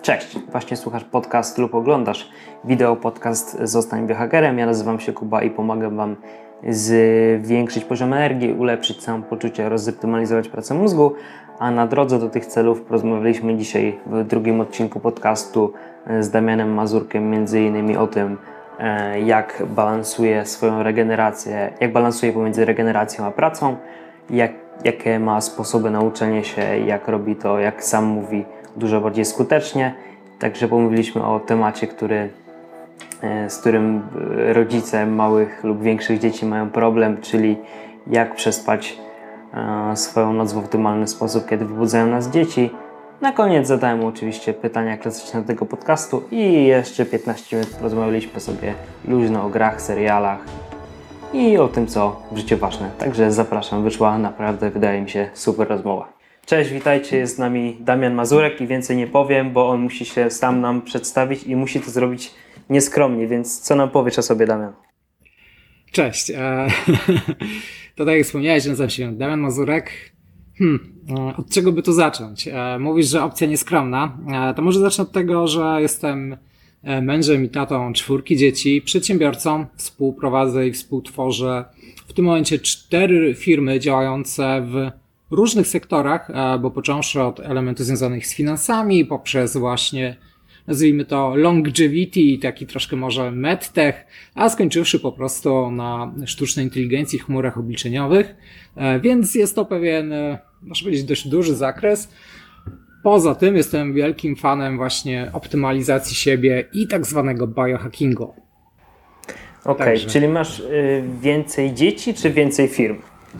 Cześć, właśnie słuchasz podcast lub oglądasz wideo podcast Zostań biohackerem. Ja nazywam się Kuba i pomagam Wam zwiększyć poziom energii, ulepszyć samopoczucie oraz zoptymalizować pracę mózgu. A na drodze do tych celów porozmawialiśmy dzisiaj w drugim odcinku podcastu z Damianem Mazurkiem m.in. o tym, jak balansuje swoją regenerację, jak balansuje pomiędzy regeneracją a pracą, jakie ma sposoby na uczenie się, jak robi to, jak sam mówi, dużo bardziej skutecznie. Także pomówiliśmy o temacie, z którym rodzice małych lub większych dzieci mają problem, czyli jak przespać swoją noc w optymalny sposób, kiedy wybudzają nas dzieci. Na koniec zadałem oczywiście pytania klasyczne do tego podcastu i jeszcze 15 minut porozmawialiśmy sobie luźno o grach, serialach i o tym, co w życiu ważne. Także zapraszam, wyszła naprawdę, wydaje mi się, super rozmowa. Cześć, witajcie, jest z nami Damian Mazurek i więcej nie powiem, bo on musi się sam nam przedstawić i musi to zrobić nieskromnie, więc co nam powiesz o sobie, Damian? Cześć, to tak jak wspomniałeś, nazywam się Damian Mazurek. Od czego by tu zacząć? Mówisz, że opcja nieskromna, to może zacznę od tego, że jestem mężem i tatą 4 dzieci, przedsiębiorcą, współprowadzę i współtworzę w tym momencie 4 firmy działające w różnych sektorach, bo począwszy od elementów związanych z finansami, poprzez właśnie, nazwijmy to longevity, taki troszkę może medtech, a skończywszy po prostu na sztucznej inteligencji, chmurach obliczeniowych, więc jest to pewien, można powiedzieć, dość duży zakres. Poza tym jestem wielkim fanem właśnie optymalizacji siebie i tak zwanego biohackingu. Okej, czyli masz więcej dzieci czy więcej firm?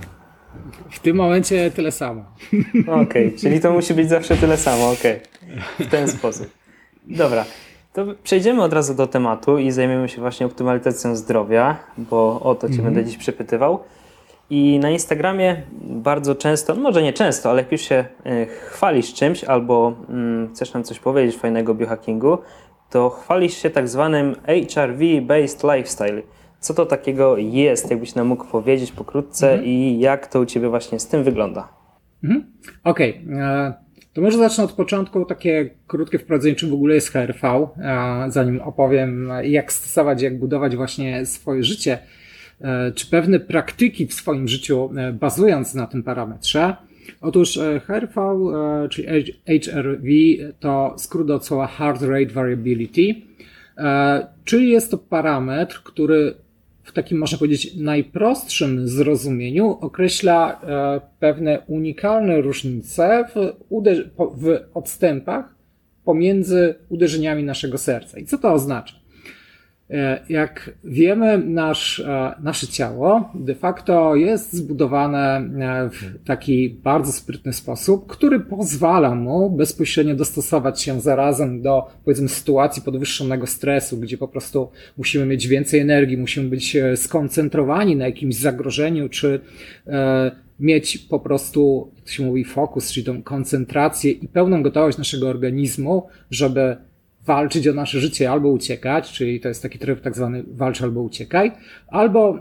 W tym momencie tyle samo. Okej, czyli to musi być zawsze tyle samo, w ten sposób. Dobra, to przejdziemy od razu do tematu i zajmiemy się właśnie optymalizacją zdrowia, bo o to Cię będę dziś przepytywał. I na Instagramie bardzo często, może nie często, ale jak już się chwalisz czymś albo chcesz nam coś powiedzieć fajnego o biohackingu, to chwalisz się tak zwanym HRV-based lifestyle. Co to takiego jest, jakbyś nam mógł powiedzieć pokrótce i jak to u Ciebie właśnie z tym wygląda? Okej. To może zacznę od początku, takie krótkie wprowadzenie, czym w ogóle jest HRV, zanim opowiem, jak stosować, jak budować właśnie swoje życie, czy pewne praktyki w swoim życiu bazując na tym parametrze. Otóż HRV, czyli HRV, to skrót od słowa Heart Rate Variability, czyli jest to parametr, który w takim, można powiedzieć, najprostszym zrozumieniu określa pewne unikalne różnice w odstępach pomiędzy uderzeniami naszego serca. I co to oznacza? Jak wiemy, nasze ciało de facto jest zbudowane w taki bardzo sprytny sposób, który pozwala mu bezpośrednio dostosować się zarazem do, powiedzmy, sytuacji podwyższonego stresu, gdzie po prostu musimy mieć więcej energii, musimy być skoncentrowani na jakimś zagrożeniu, czy mieć po prostu, jak się mówi, fokus, czyli tą koncentrację i pełną gotowość naszego organizmu, żeby walczyć o nasze życie albo uciekać, czyli to jest taki tryb tak zwany walcz albo uciekaj, albo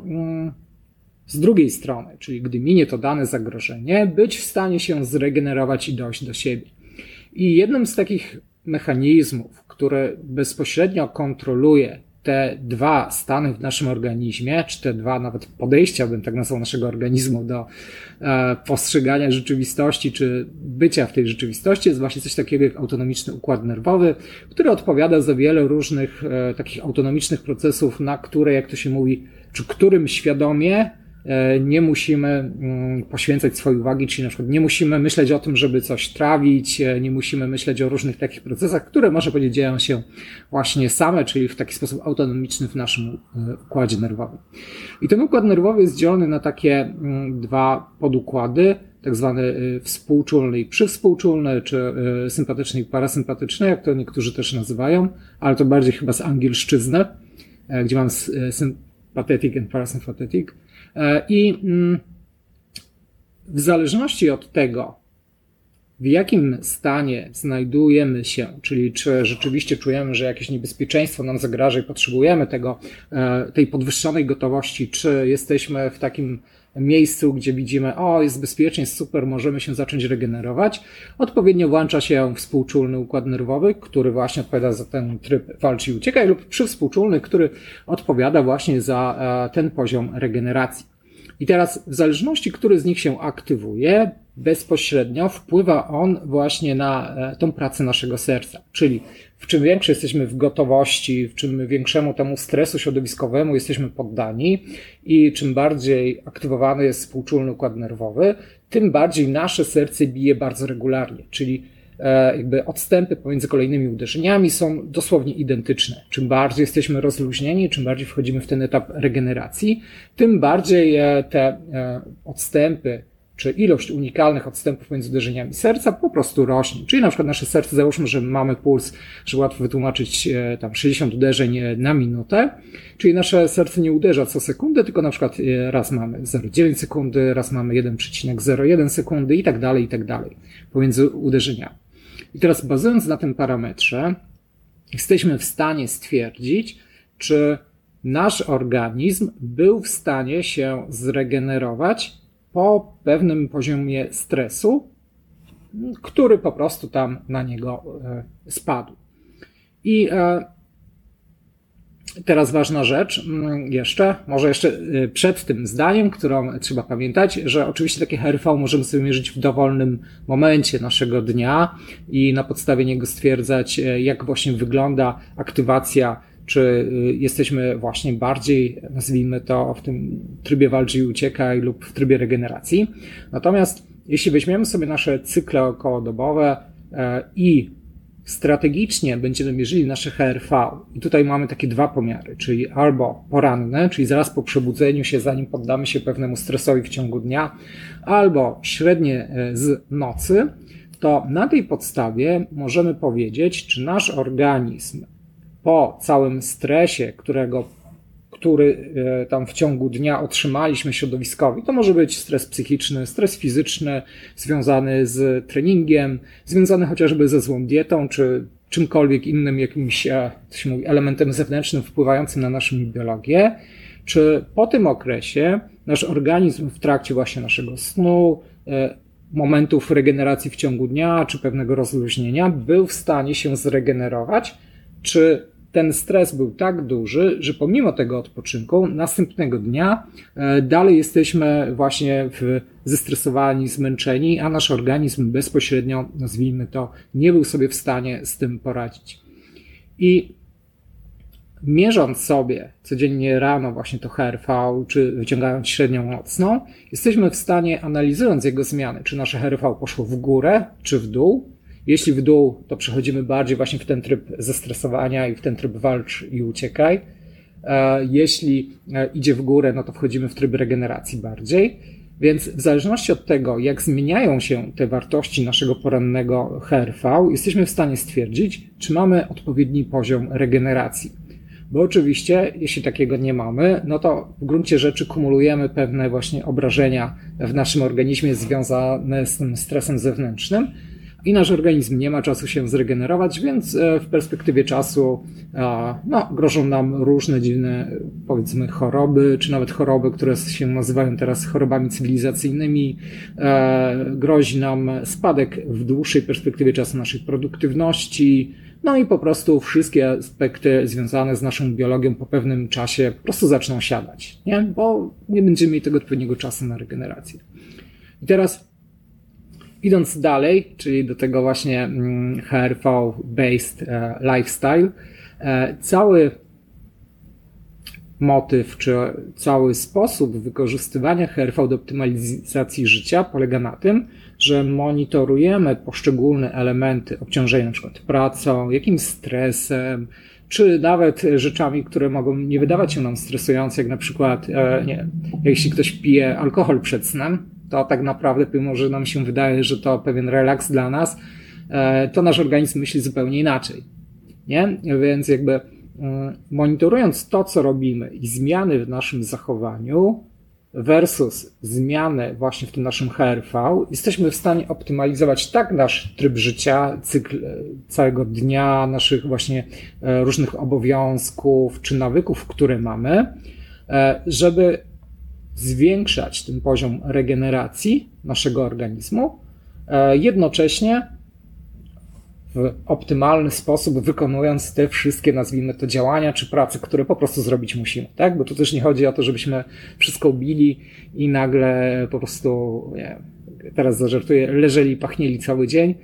z drugiej strony, czyli gdy minie to dane zagrożenie, być w stanie się zregenerować i dojść do siebie. I jednym z takich mechanizmów, który bezpośrednio kontroluje te 2 stany w naszym organizmie, czy te 2 nawet podejścia, bym tak nazwał, naszego organizmu do postrzegania rzeczywistości, czy bycia w tej rzeczywistości, jest właśnie coś takiego jak autonomiczny układ nerwowy, który odpowiada za wiele różnych takich autonomicznych procesów, na które, jak to się mówi, czy którym świadomie nie musimy poświęcać swojej uwagi, czyli na przykład nie musimy myśleć o tym, żeby coś trawić, nie musimy myśleć o różnych takich procesach, które, można powiedzieć, dzieją się właśnie same, czyli w taki sposób autonomiczny w naszym układzie nerwowym. I ten układ nerwowy jest dzielony na takie 2 podukłady, tak zwany współczulny i przywspółczulny, czy sympatyczny i parasympatyczny, jak to niektórzy też nazywają, ale to bardziej chyba z angielszczyzny, gdzie mam sympathetic and parasympathetic. I w zależności od tego, w jakim stanie znajdujemy się, czyli czy rzeczywiście czujemy, że jakieś niebezpieczeństwo nam zagraża i potrzebujemy tej podwyższonej gotowości, czy jesteśmy w takim miejscu, gdzie widzimy, o, jest bezpiecznie, jest super, możemy się zacząć regenerować, odpowiednio włącza się współczulny układ nerwowy, który właśnie odpowiada za ten tryb walcz i uciekaj, lub przywspółczulny, który odpowiada właśnie za ten poziom regeneracji. I teraz w zależności, który z nich się aktywuje, bezpośrednio wpływa on właśnie na tą pracę naszego serca. Czyli w czym większe jesteśmy w gotowości, w czym większemu temu stresu środowiskowemu jesteśmy poddani i czym bardziej aktywowany jest współczulny układ nerwowy, tym bardziej nasze serce bije bardzo regularnie. Czyli jakby odstępy pomiędzy kolejnymi uderzeniami są dosłownie identyczne. Czym bardziej jesteśmy rozluźnieni, czym bardziej wchodzimy w ten etap regeneracji, tym bardziej te odstępy czy ilość unikalnych odstępów między uderzeniami serca po prostu rośnie. Czyli na przykład nasze serce, załóżmy, że mamy puls, że łatwo wytłumaczyć tam 60 uderzeń na minutę, czyli nasze serce nie uderza co sekundę, tylko na przykład raz mamy 0,9 sekundy, raz mamy 1,01 sekundy i tak dalej pomiędzy uderzeniami. I teraz bazując na tym parametrze, jesteśmy w stanie stwierdzić, czy nasz organizm był w stanie się zregenerować po pewnym poziomie stresu, który po prostu tam na niego spadł. I teraz ważna rzecz może jeszcze przed tym zdaniem, którą trzeba pamiętać, że oczywiście takie HRV możemy sobie mierzyć w dowolnym momencie naszego dnia i na podstawie niego stwierdzać, jak właśnie wygląda aktywacja, czy jesteśmy właśnie bardziej, nazwijmy to, w tym trybie walcz i uciekaj lub w trybie regeneracji. Natomiast jeśli weźmiemy sobie nasze cykle okołodobowe i strategicznie będziemy mierzyli nasze HRV i tutaj mamy takie dwa pomiary, czyli albo poranne, czyli zaraz po przebudzeniu się, zanim poddamy się pewnemu stresowi w ciągu dnia, albo średnie z nocy, to na tej podstawie możemy powiedzieć, czy nasz organizm po całym stresie, który tam w ciągu dnia otrzymaliśmy środowiskowi, to może być stres psychiczny, stres fizyczny, związany z treningiem, związany chociażby ze złą dietą, czy czymkolwiek innym jakimś, to się mówi, elementem zewnętrznym wpływającym na naszą biologię, czy po tym okresie nasz organizm w trakcie właśnie naszego snu, momentów regeneracji w ciągu dnia, czy pewnego rozluźnienia, był w stanie się zregenerować, czy ten stres był tak duży, że pomimo tego odpoczynku następnego dnia dalej jesteśmy właśnie zestresowani, zmęczeni, a nasz organizm bezpośrednio, nazwijmy to, nie był sobie w stanie z tym poradzić. I mierząc sobie codziennie rano właśnie to HRV, czy wyciągając średnią nocną, jesteśmy w stanie, analizując jego zmiany, czy nasze HRV poszło w górę, czy w dół. Jeśli w dół, to przechodzimy bardziej właśnie w ten tryb zestresowania i w ten tryb walcz i uciekaj. Jeśli idzie w górę, no to wchodzimy w tryb regeneracji bardziej. Więc w zależności od tego, jak zmieniają się te wartości naszego porannego HRV, jesteśmy w stanie stwierdzić, czy mamy odpowiedni poziom regeneracji. Bo oczywiście, jeśli takiego nie mamy, no to w gruncie rzeczy kumulujemy pewne właśnie obrażenia w naszym organizmie związane z tym stresem zewnętrznym, i nasz organizm nie ma czasu się zregenerować, więc w perspektywie czasu grożą nam różne dziwne, powiedzmy, choroby, czy nawet choroby, które się nazywają teraz chorobami cywilizacyjnymi. Grozi nam spadek w dłuższej perspektywie czasu naszej produktywności, no i po prostu wszystkie aspekty związane z naszą biologią po pewnym czasie po prostu zaczną siadać, nie? Bo nie będziemy mieli tego odpowiedniego czasu na regenerację. I teraz idąc dalej, czyli do tego właśnie HRV-based lifestyle, cały motyw, czy cały sposób wykorzystywania HRV do optymalizacji życia polega na tym, że monitorujemy poszczególne elementy obciążenia, na przykład pracą, jakimś stresem, czy nawet rzeczami, które mogą nie wydawać się nam stresujące, jak na przykład, jeśli ktoś pije alkohol przed snem, to tak naprawdę, mimo że nam się wydaje, że to pewien relaks dla nas, to nasz organizm myśli zupełnie inaczej, nie? Więc jakby monitorując to, co robimy i zmiany w naszym zachowaniu versus zmiany właśnie w tym naszym HRV, jesteśmy w stanie optymalizować tak nasz tryb życia, cykl całego dnia, naszych właśnie różnych obowiązków czy nawyków, które mamy, żeby zwiększać ten poziom regeneracji naszego organizmu, jednocześnie w optymalny sposób wykonując te wszystkie, nazwijmy to, działania czy prace, które po prostu zrobić musimy, tak? Bo tu też nie chodzi o to, żebyśmy wszystko ubili i nagle po prostu, nie, teraz zażartuję, leżeli i pachnieli cały dzień,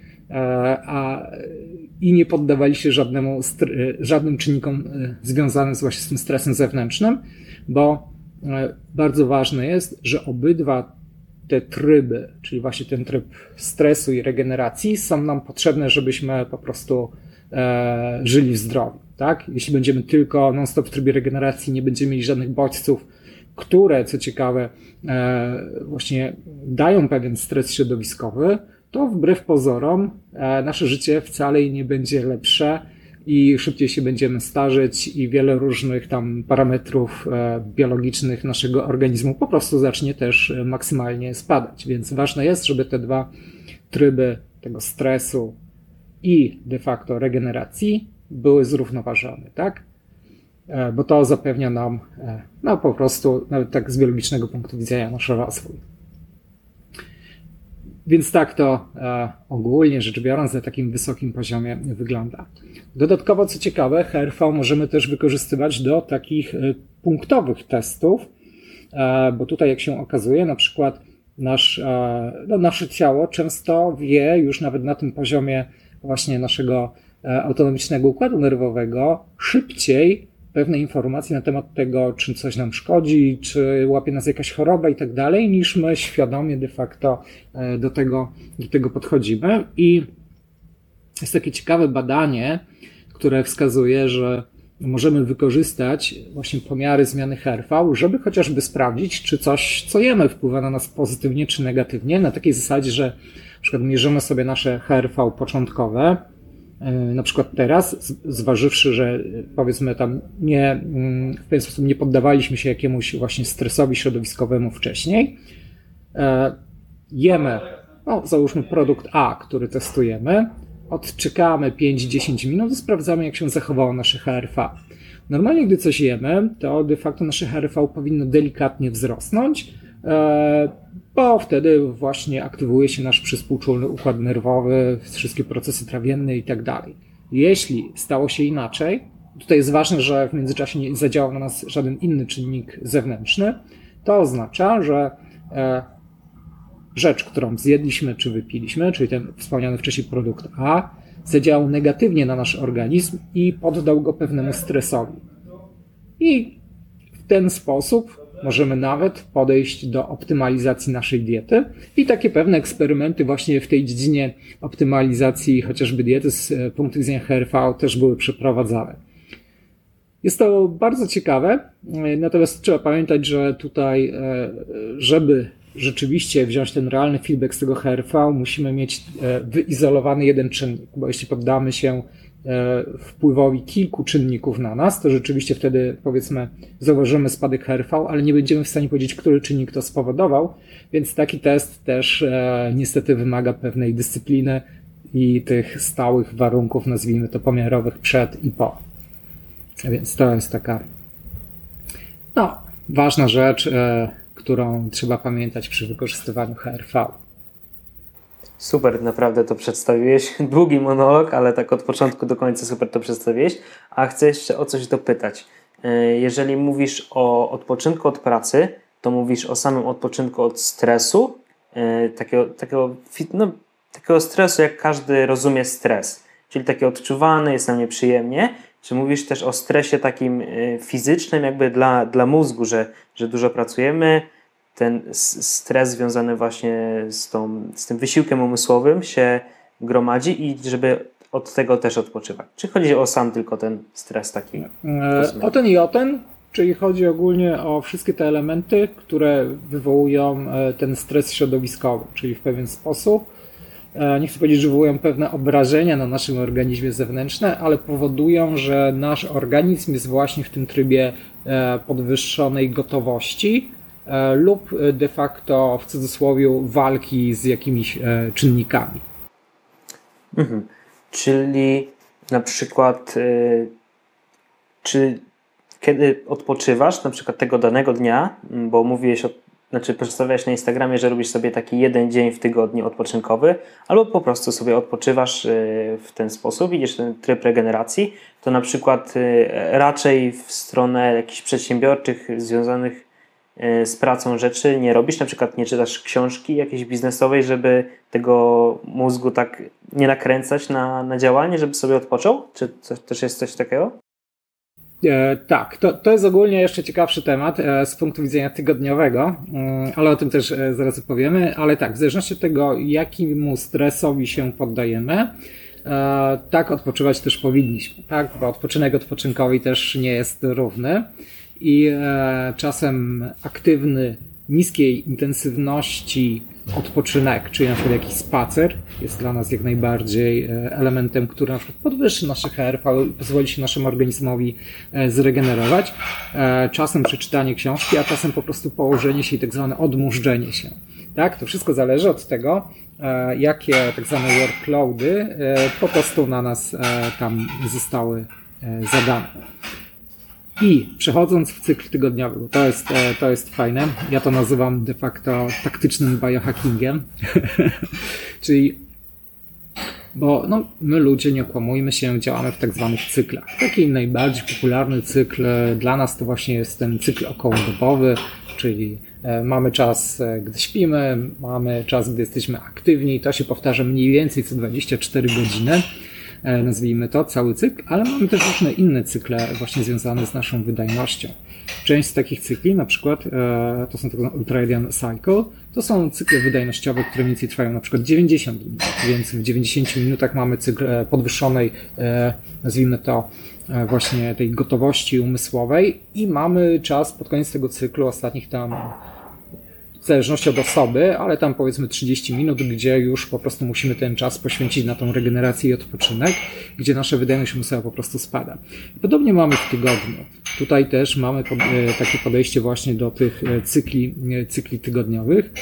i nie poddawali się żadnym czynnikom związanym właśnie z tym stresem zewnętrznym, bo bardzo ważne jest, że obydwa te tryby, czyli właśnie ten tryb stresu i regeneracji są nam potrzebne, żebyśmy po prostu żyli w zdrowiu, tak? Jeśli będziemy tylko non-stop w trybie regeneracji, nie będziemy mieli żadnych bodźców, które, co ciekawe, właśnie dają pewien stres środowiskowy, to wbrew pozorom nasze życie wcale nie będzie lepsze i szybciej się będziemy starzeć i wiele różnych tam parametrów biologicznych naszego organizmu po prostu zacznie też maksymalnie spadać. Więc ważne jest, żeby te dwa tryby tego stresu i de facto regeneracji były zrównoważone, tak? Bo to zapewnia nam no po prostu nawet tak z biologicznego punktu widzenia nasz rozwój. Więc tak to ogólnie rzecz biorąc na takim wysokim poziomie wygląda. Dodatkowo, co ciekawe, HRV możemy też wykorzystywać do takich punktowych testów, bo tutaj jak się okazuje, na przykład nasze ciało często wie już nawet na tym poziomie właśnie naszego autonomicznego układu nerwowego szybciej pewne informacje na temat tego, czy coś nam szkodzi, czy łapie nas jakaś choroba i tak dalej, niż my świadomie de facto do tego podchodzimy. I jest takie ciekawe badanie, które wskazuje, że możemy wykorzystać właśnie pomiary zmiany HRV, żeby chociażby sprawdzić, czy coś, co jemy, wpływa na nas pozytywnie czy negatywnie, na takiej zasadzie, że na przykład mierzymy sobie nasze HRV początkowe, na przykład teraz, zważywszy, że powiedzmy tam w pewien sposób nie poddawaliśmy się jakiemuś właśnie stresowi środowiskowemu wcześniej, jemy, no załóżmy produkt A, który testujemy, odczekamy 5-10 minut i sprawdzamy, jak się zachowało nasze HRV. Normalnie, gdy coś jemy, to de facto nasze HRV powinno delikatnie wzrosnąć, bo wtedy właśnie aktywuje się nasz przyspółczulny układ nerwowy, wszystkie procesy trawienne i tak dalej. Jeśli stało się inaczej, tutaj jest ważne, że w międzyczasie nie zadziałał na nas żaden inny czynnik zewnętrzny, to oznacza, że rzecz, którą zjedliśmy czy wypiliśmy, czyli ten wspomniany wcześniej produkt A, zadziałał negatywnie na nasz organizm i poddał go pewnemu stresowi. I w ten sposób możemy nawet podejść do optymalizacji naszej diety i takie pewne eksperymenty właśnie w tej dziedzinie optymalizacji chociażby diety z punktu widzenia HRV też były przeprowadzane. Jest to bardzo ciekawe, natomiast trzeba pamiętać, że tutaj, żeby rzeczywiście wziąć ten realny feedback z tego HRV, musimy mieć wyizolowany jeden czynnik, bo jeśli poddamy się wpływowi kilku czynników na nas, to rzeczywiście wtedy powiedzmy zauważymy spadek HRV, ale nie będziemy w stanie powiedzieć, który czynnik to spowodował, więc taki test też niestety wymaga pewnej dyscypliny i tych stałych warunków, nazwijmy to pomiarowych przed i po. Więc to jest taka ważna rzecz, którą trzeba pamiętać przy wykorzystywaniu HRV. Super, naprawdę to przedstawiłeś. Długi monolog, ale tak od początku do końca super to przedstawiłeś. A chcę jeszcze o coś dopytać. Jeżeli mówisz o odpoczynku od pracy, to mówisz o samym odpoczynku od stresu, takiego stresu, jak każdy rozumie stres, czyli taki odczuwany, jest nam nieprzyjemnie. Czy mówisz też o stresie takim fizycznym, jakby dla mózgu, że dużo pracujemy, ten stres związany właśnie z tym wysiłkiem umysłowym się gromadzi i żeby od tego też odpoczywać? Czy chodzi o sam tylko ten stres taki? O ten i o ten, czyli chodzi ogólnie o wszystkie te elementy, które wywołują ten stres środowiskowy, czyli w pewien sposób, nie chcę powiedzieć, że wywołują pewne obrażenia na naszym organizmie zewnętrzne, ale powodują, że nasz organizm jest właśnie w tym trybie podwyższonej gotowości lub de facto w cudzysłowie walki z jakimiś czynnikami. Mhm. Czyli na przykład czy kiedy odpoczywasz, na przykład tego danego dnia, bo mówiłeś znaczy przedstawiałeś na Instagramie, że robisz sobie taki jeden dzień w tygodniu odpoczynkowy, albo po prostu sobie odpoczywasz w ten sposób, idziesz w ten tryb regeneracji, to na przykład raczej w stronę jakichś przedsiębiorczych związanych z pracą rzeczy nie robisz, na przykład nie czytasz książki jakiejś biznesowej, żeby tego mózgu tak nie nakręcać na działanie, żeby sobie odpoczął? Czy też jest coś takiego? Tak, to jest ogólnie jeszcze ciekawszy temat z punktu widzenia tygodniowego, ale o tym też zaraz opowiemy. Ale tak, w zależności od tego, jakiemu stresowi się poddajemy, tak odpoczywać też powinniśmy, tak? Bo odpoczynek odpoczynkowi też nie jest równy i czasem aktywny, niskiej intensywności odpoczynek, czyli na przykład jakiś spacer jest dla nas jak najbardziej elementem, który na przykład podwyższy nasze HRV i pozwoli się naszemu organizmowi zregenerować. Czasem przeczytanie książki, a czasem po prostu położenie się i tak zwane odmurzdzenie się. Tak? To wszystko zależy od tego, jakie tak zwane workloady po prostu na nas tam zostały zadane. I przechodząc w cykl tygodniowy, bo to jest fajne, ja to nazywam de facto taktycznym biohackingiem, czyli, bo my ludzie, nie okłamujmy się, działamy w tak zwanych cyklach. Taki najbardziej popularny cykl dla nas to właśnie jest ten cykl okołodobowy, czyli mamy czas, gdy śpimy, mamy czas, gdy jesteśmy aktywni, to się powtarza mniej więcej co 24 godziny. Nazwijmy to, cały cykl, ale mamy też różne inne cykle właśnie związane z naszą wydajnością. Część z takich cykli, na przykład to są tak zwane ultradian cycle, to są cykle wydajnościowe, które mniej więcej trwają na przykład 90 minut, więc w 90 minutach mamy cykl podwyższonej, nazwijmy to właśnie tej gotowości umysłowej i mamy czas pod koniec tego cyklu, ostatnich tam w zależności od osoby, ale tam powiedzmy 30 minut, gdzie już po prostu musimy ten czas poświęcić na tą regenerację i odpoczynek, gdzie nasza wydajność umysłowa po prostu spada. Podobnie mamy w tygodniu. Tutaj też mamy takie podejście właśnie do tych cykli tygodniowych,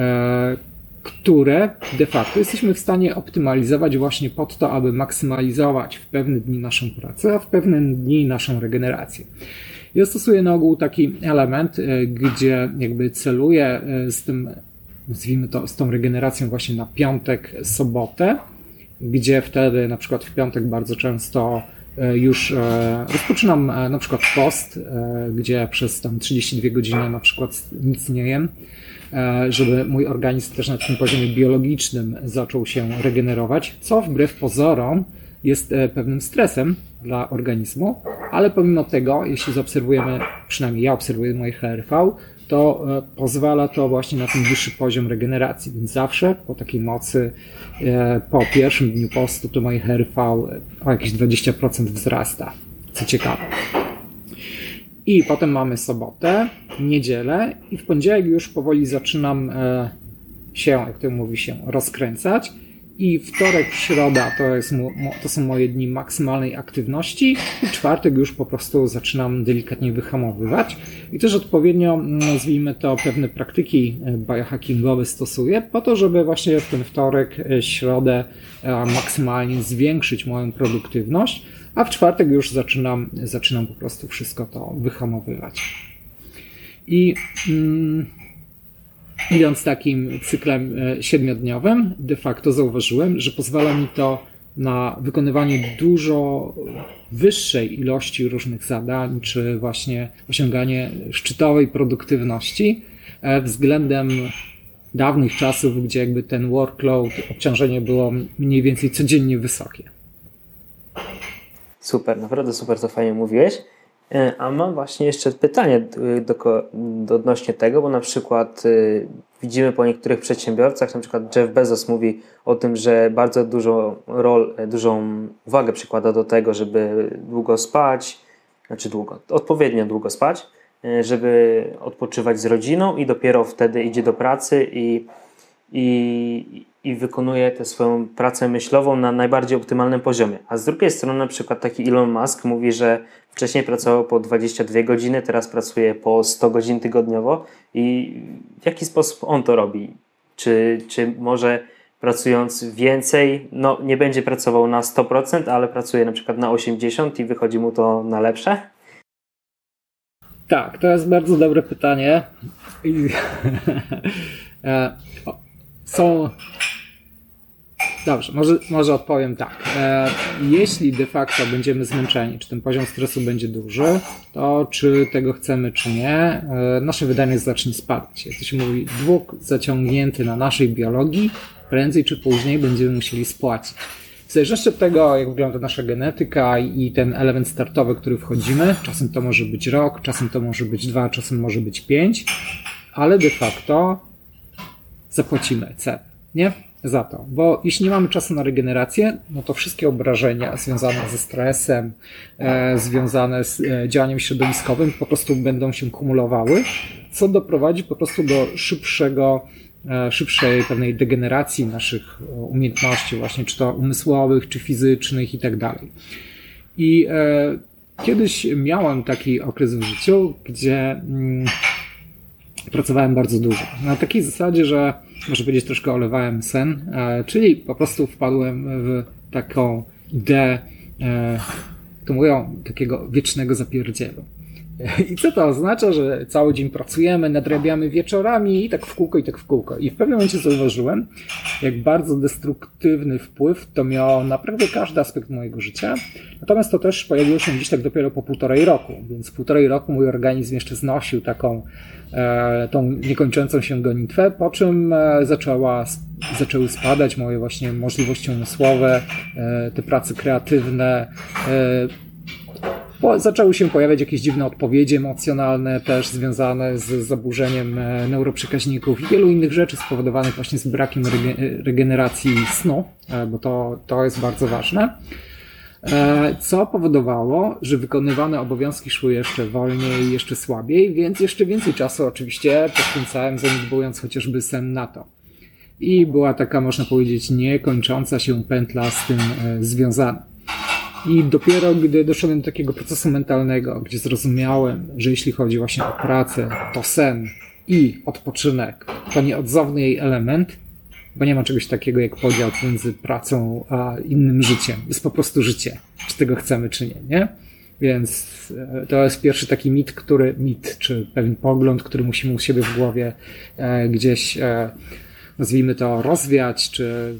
które de facto jesteśmy w stanie optymalizować właśnie pod to, aby maksymalizować w pewne dni naszą pracę, a w pewne dni naszą regenerację. Ja stosuję na ogół taki element, gdzie jakby celuję z tym, nazwijmy to, z tą regeneracją właśnie na piątek, sobotę, gdzie wtedy na przykład w piątek bardzo często już rozpoczynam na przykład post, gdzie przez tam 32 godziny na przykład nic nie jem, żeby mój organizm też na tym poziomie biologicznym zaczął się regenerować, co wbrew pozorom jest pewnym stresem dla organizmu, ale pomimo tego, jeśli zaobserwujemy, przynajmniej ja obserwuję moje HRV, to pozwala to właśnie na ten wyższy poziom regeneracji, więc zawsze po takiej nocy, po pierwszym dniu postu, to moje HRV o jakieś 20% wzrasta, co ciekawe. I potem mamy sobotę, niedzielę i w poniedziałek już powoli zaczynam się, jak to mówi się, rozkręcać. I wtorek, środa to są moje dni maksymalnej aktywności i czwartek już po prostu zaczynam delikatnie wyhamowywać. I też odpowiednio, nazwijmy to, pewne praktyki biohackingowe stosuję po to, żeby właśnie w ten wtorek, środę maksymalnie zwiększyć moją produktywność, a w czwartek już zaczynam po prostu wszystko to wyhamowywać. I idąc takim cyklem 7-dniowym, de facto zauważyłem, że pozwala mi to na wykonywanie dużo wyższej ilości różnych zadań, czy właśnie osiąganie szczytowej produktywności względem dawnych czasów, gdzie jakby ten workload, obciążenie było mniej więcej codziennie wysokie. Super, naprawdę super, co fajnie mówiłeś. A mam właśnie jeszcze pytanie odnośnie tego, bo na przykład widzimy po niektórych przedsiębiorcach, na przykład Jeff Bezos mówi o tym, że bardzo dużą uwagę przykłada do tego, żeby długo spać, odpowiednio długo spać, żeby odpoczywać z rodziną i dopiero wtedy idzie do pracy i wykonuje tę swoją pracę myślową na najbardziej optymalnym poziomie. A z drugiej strony na przykład taki Elon Musk mówi, że wcześniej pracował po 22 godziny, teraz pracuje po 100 godzin tygodniowo i w jaki sposób on to robi? Czy może pracując więcej, nie będzie pracował na 100%, ale pracuje na przykład na 80% i wychodzi mu to na lepsze? Tak, to jest bardzo dobre pytanie. Są... Dobrze, może odpowiem tak. Jeśli de facto będziemy zmęczeni, czy ten poziom stresu będzie duży, to czy tego chcemy, czy nie, nasze wydajność zacznie spadać. Jak to się mówi, dług zaciągnięty na naszej biologii, prędzej czy później będziemy musieli spłacić. W zależności od tego, jak wygląda nasza genetyka i ten element startowy, który wchodzimy, czasem to może być rok, czasem to może być 2, czasem może być 5, ale de facto zapłacimy cenę, nie? Za to, bo jeśli nie mamy czasu na regenerację, no to wszystkie obrażenia związane ze stresem, związane z działaniem środowiskowym po prostu będą się kumulowały, co doprowadzi po prostu do szybszej pewnej degeneracji naszych umiejętności właśnie, czy to umysłowych, czy fizycznych i tak dalej. I kiedyś miałem taki okres w życiu, gdzie pracowałem bardzo dużo. Na takiej zasadzie, że może powiedzieć troszkę olewałem sen, czyli po prostu wpadłem w taką ideę, to mówią, takiego wiecznego zapierdzielu. I co to oznacza, że cały dzień pracujemy, nadrabiamy wieczorami i tak w kółko, i tak w kółko. I w pewnym momencie zauważyłem, jak bardzo destruktywny wpływ to miało naprawdę każdy aspekt mojego życia. Natomiast to też pojawiło się gdzieś tak dopiero po 1,5 roku. Więc 1,5 roku mój organizm jeszcze znosił tą niekończącą się gonitwę, po czym zaczęły spadać moje właśnie możliwości umysłowe, te prace kreatywne, zaczęły się pojawiać jakieś dziwne odpowiedzi emocjonalne, też związane z zaburzeniem neuroprzekaźników i wielu innych rzeczy spowodowanych właśnie z brakiem regeneracji snu, bo to jest bardzo ważne. Co powodowało, że wykonywane obowiązki szły jeszcze wolniej, jeszcze słabiej, więc jeszcze więcej czasu oczywiście poświęcałem, zaniedbując chociażby sen na to. I była taka, można powiedzieć, niekończąca się pętla z tym związana. I dopiero gdy doszedłem do takiego procesu mentalnego, gdzie zrozumiałem, że jeśli chodzi właśnie o pracę, to sen i odpoczynek to nieodzowny jej element, bo nie ma czegoś takiego jak podział między pracą a innym życiem. Jest po prostu życie, czy tego chcemy, czy nie, nie? Więc to jest pierwszy taki mit, czy pewien pogląd, który musimy u siebie w głowie gdzieś, nazwijmy to, rozwiać, czy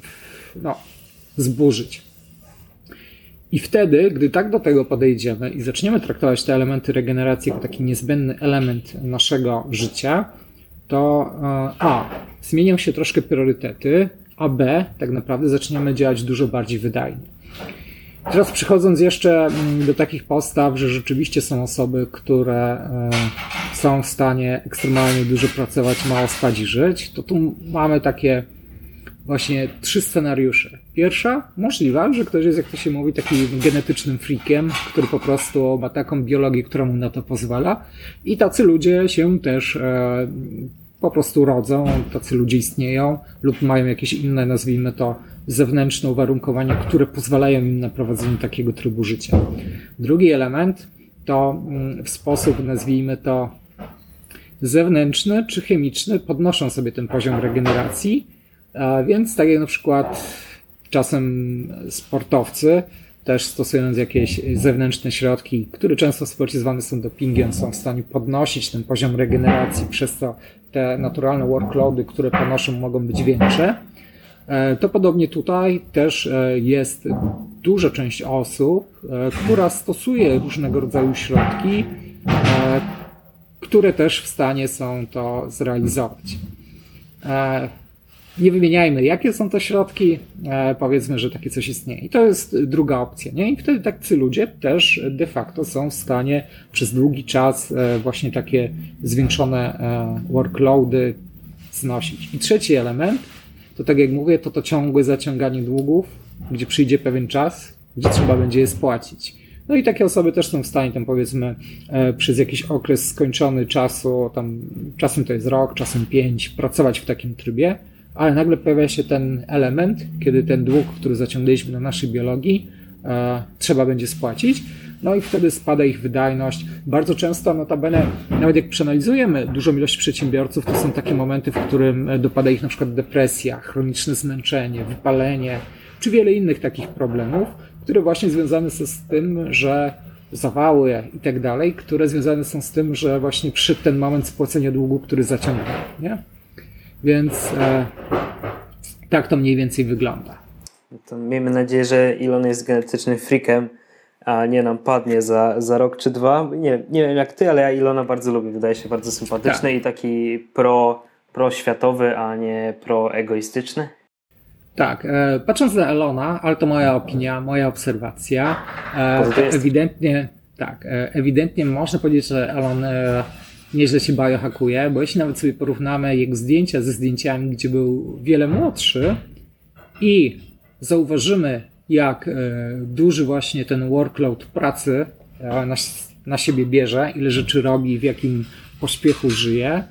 zburzyć. I wtedy, gdy tak do tego podejdziemy i zaczniemy traktować te elementy regeneracji jako taki niezbędny element naszego życia, to zmienią się troszkę priorytety, a B, tak naprawdę zaczniemy działać dużo bardziej wydajnie. Teraz przechodząc jeszcze do takich postaw, że rzeczywiście są osoby, które są w stanie ekstremalnie dużo pracować, mało spać i żyć, to tu mamy takie właśnie 3 scenariusze. Pierwsza, możliwa, że ktoś jest, jak to się mówi, takim genetycznym freakiem, który po prostu ma taką biologię, która mu na to pozwala. I tacy ludzie się też po prostu rodzą, tacy ludzie istnieją lub mają jakieś inne, nazwijmy to, zewnętrzne uwarunkowania, które pozwalają im na prowadzenie takiego trybu życia. Drugi element to w sposób, nazwijmy to, zewnętrzny czy chemiczny podnoszą sobie ten poziom regeneracji. Więc tak jak na przykład czasem sportowcy, też stosując jakieś zewnętrzne środki, które często w sporcie zwane są dopingiem, są w stanie podnosić ten poziom regeneracji, przez co te naturalne workloady, które ponoszą, mogą być większe. To podobnie tutaj też jest duża część osób, która stosuje różnego rodzaju środki, które też w stanie są to zrealizować. Nie wymieniajmy, jakie są to środki, powiedzmy, że takie coś istnieje. I to jest druga opcja, nie? I wtedy tacy ludzie też de facto są w stanie przez długi czas właśnie takie zwiększone workloady znosić. I trzeci element, to tak jak mówię, to ciągłe zaciąganie długów, gdzie przyjdzie pewien czas, gdzie trzeba będzie je spłacić. No i takie osoby też są w stanie tam, powiedzmy, przez jakiś okres skończony czasu, tam czasem to jest rok, czasem 5, pracować w takim trybie, ale nagle pojawia się ten element, kiedy ten dług, który zaciągnęliśmy na naszej biologii, trzeba będzie spłacić, no i wtedy spada ich wydajność. Bardzo często, notabene, nawet jak przeanalizujemy dużą ilość przedsiębiorców, to są takie momenty, w którym dopada ich na przykład depresja, chroniczne zmęczenie, wypalenie, czy wiele innych takich problemów, które właśnie związane są z tym, że zawały i tak dalej, które związane są z tym, że właśnie przyszedł ten moment spłacenia długu, który zaciągnął, nie? Więc tak to mniej więcej wygląda. To miejmy nadzieję, że Elon jest genetycznym freakiem, a nie nam padnie za rok czy dwa. Nie wiem jak ty, ale ja Elona bardzo lubię. Wydaje się bardzo sympatyczny i taki proświatowy, a nie proegoistyczny. Tak, patrząc na Elona, ale to moja opinia, moja obserwacja, ewidentnie można powiedzieć, że Elon nieźle się biohackuje, bo jeśli nawet sobie porównamy jego zdjęcia ze zdjęciami, gdzie był wiele młodszy i zauważymy, jak duży właśnie ten workload pracy na siebie bierze, ile rzeczy robi, w jakim pośpiechu żyje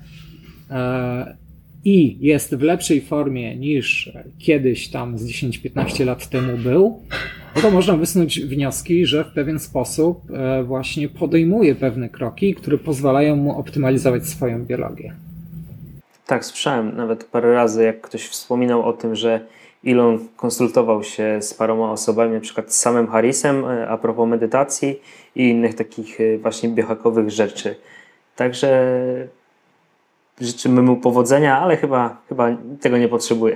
i jest w lepszej formie niż kiedyś tam z 10-15 lat temu był, no to można wysnuć wnioski, że w pewien sposób właśnie podejmuje pewne kroki, które pozwalają mu optymalizować swoją biologię. Tak, słyszałem nawet parę razy, jak ktoś wspominał o tym, że Elon konsultował się z paroma osobami, na przykład z samym Harrisem a propos medytacji i innych takich właśnie biohackowych rzeczy. Także życzymy mu powodzenia, ale chyba tego nie potrzebuje.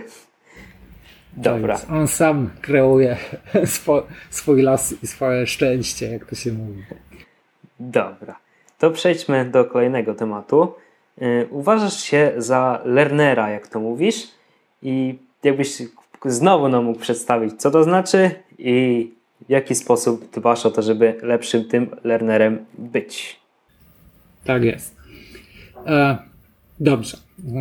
Dobra. On sam kreuje swój los i swoje szczęście, jak to się mówi. Dobra. To przejdźmy do kolejnego tematu. Uważasz się za learnera, jak to mówisz, i jakbyś znowu nam mógł przedstawić, co to znaczy i w jaki sposób dbasz o to, żeby lepszym tym learnerem być. Tak jest. Dobrze.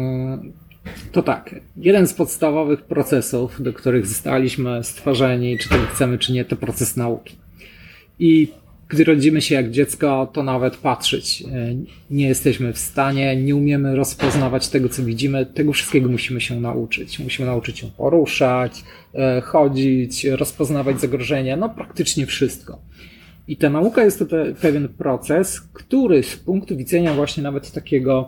To tak. Jeden z podstawowych procesów, do których zostaliśmy stworzeni, czy tego chcemy, czy nie, to proces nauki. I gdy rodzimy się jak dziecko, to nawet patrzeć nie jesteśmy w stanie, nie umiemy rozpoznawać tego, co widzimy. Tego wszystkiego musimy się nauczyć. Musimy nauczyć się poruszać, chodzić, rozpoznawać zagrożenia, no praktycznie wszystko. I ta nauka jest to pewien proces, który z punktu widzenia właśnie nawet takiego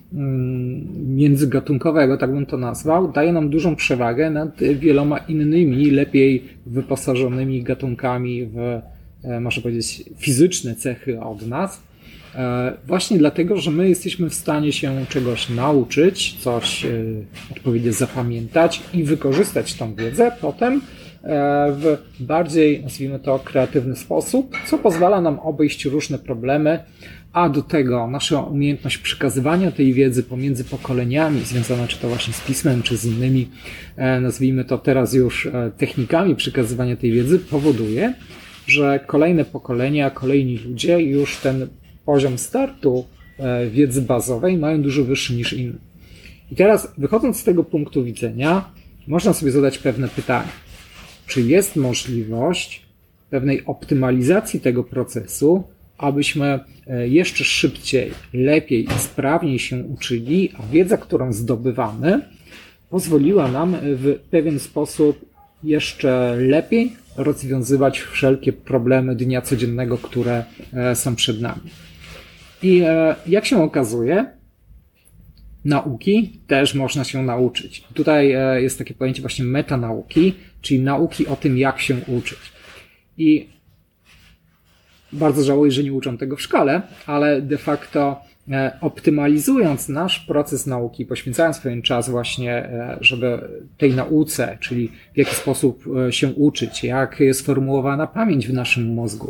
międzygatunkowego, tak bym to nazwał, daje nam dużą przewagę nad wieloma innymi, lepiej wyposażonymi gatunkami w, można powiedzieć, fizyczne cechy od nas. Właśnie dlatego, że my jesteśmy w stanie się czegoś nauczyć, coś odpowiednio zapamiętać i wykorzystać tą wiedzę potem w bardziej, nazwijmy to, kreatywny sposób, co pozwala nam obejść różne problemy, a do tego nasza umiejętność przekazywania tej wiedzy pomiędzy pokoleniami, związana czy to właśnie z pismem, czy z innymi, nazwijmy to teraz już technikami przekazywania tej wiedzy, powoduje, że kolejne pokolenia, kolejni ludzie już ten poziom startu wiedzy bazowej mają dużo wyższy niż inni. I teraz, wychodząc z tego punktu widzenia, można sobie zadać pewne pytanie. Czy jest możliwość pewnej optymalizacji tego procesu, abyśmy jeszcze szybciej, lepiej i sprawniej się uczyli, a wiedza, którą zdobywamy, pozwoliła nam w pewien sposób jeszcze lepiej rozwiązywać wszelkie problemy dnia codziennego, które są przed nami. I jak się okazuje, nauki też można się nauczyć. Tutaj jest takie pojęcie właśnie metanauki, czyli nauki o tym, jak się uczyć. I bardzo żałuję, że nie uczą tego w szkole, ale de facto optymalizując nasz proces nauki, poświęcając pewien czas właśnie, żeby tej nauce, czyli w jaki sposób się uczyć, jak jest sformułowana pamięć w naszym mózgu,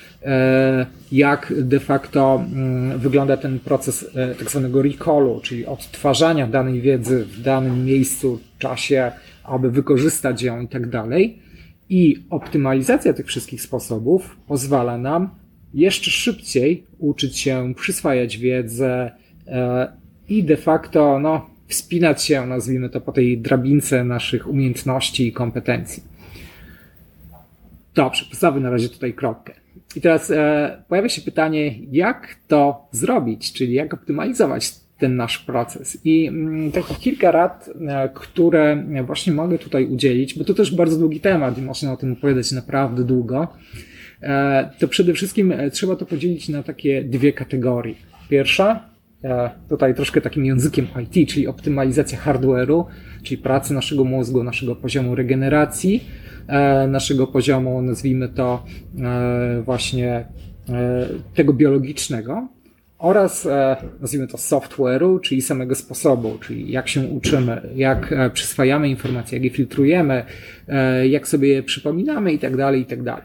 jak de facto wygląda ten proces tak zwanego recallu, czyli odtwarzania danej wiedzy w danym miejscu, czasie, aby wykorzystać ją i tak dalej. I optymalizacja tych wszystkich sposobów pozwala nam jeszcze szybciej uczyć się, przyswajać wiedzę i de facto wspinać się, nazwijmy to, po tej drabince naszych umiejętności i kompetencji. Dobrze, postawię na razie tutaj kropkę. I teraz pojawia się pytanie, jak to zrobić, czyli jak optymalizować ten nasz proces. I takich kilka rad, które właśnie mogę tutaj udzielić, bo to też bardzo długi temat i można o tym opowiadać naprawdę długo, to przede wszystkim trzeba to podzielić na takie dwie kategorie. Pierwsza, tutaj troszkę takim językiem IT, czyli optymalizacja hardware'u, czyli pracy naszego mózgu, naszego poziomu regeneracji, naszego poziomu, nazwijmy to właśnie tego biologicznego oraz, nazwijmy to, software'u, czyli samego sposobu, czyli jak się uczymy, jak przyswajamy informacje, jak je filtrujemy, jak sobie je przypominamy itd., itd.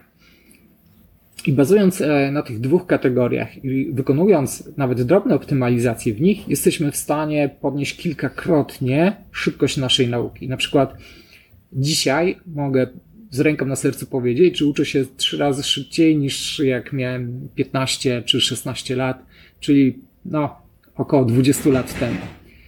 I bazując na tych dwóch kategoriach i wykonując nawet drobne optymalizacje w nich, jesteśmy w stanie podnieść kilkakrotnie szybkość naszej nauki. Na przykład dzisiaj mogę z ręką na sercu powiedzieć, że uczę się 3 razy szybciej niż jak miałem 15 czy 16 lat, czyli około 20 lat temu.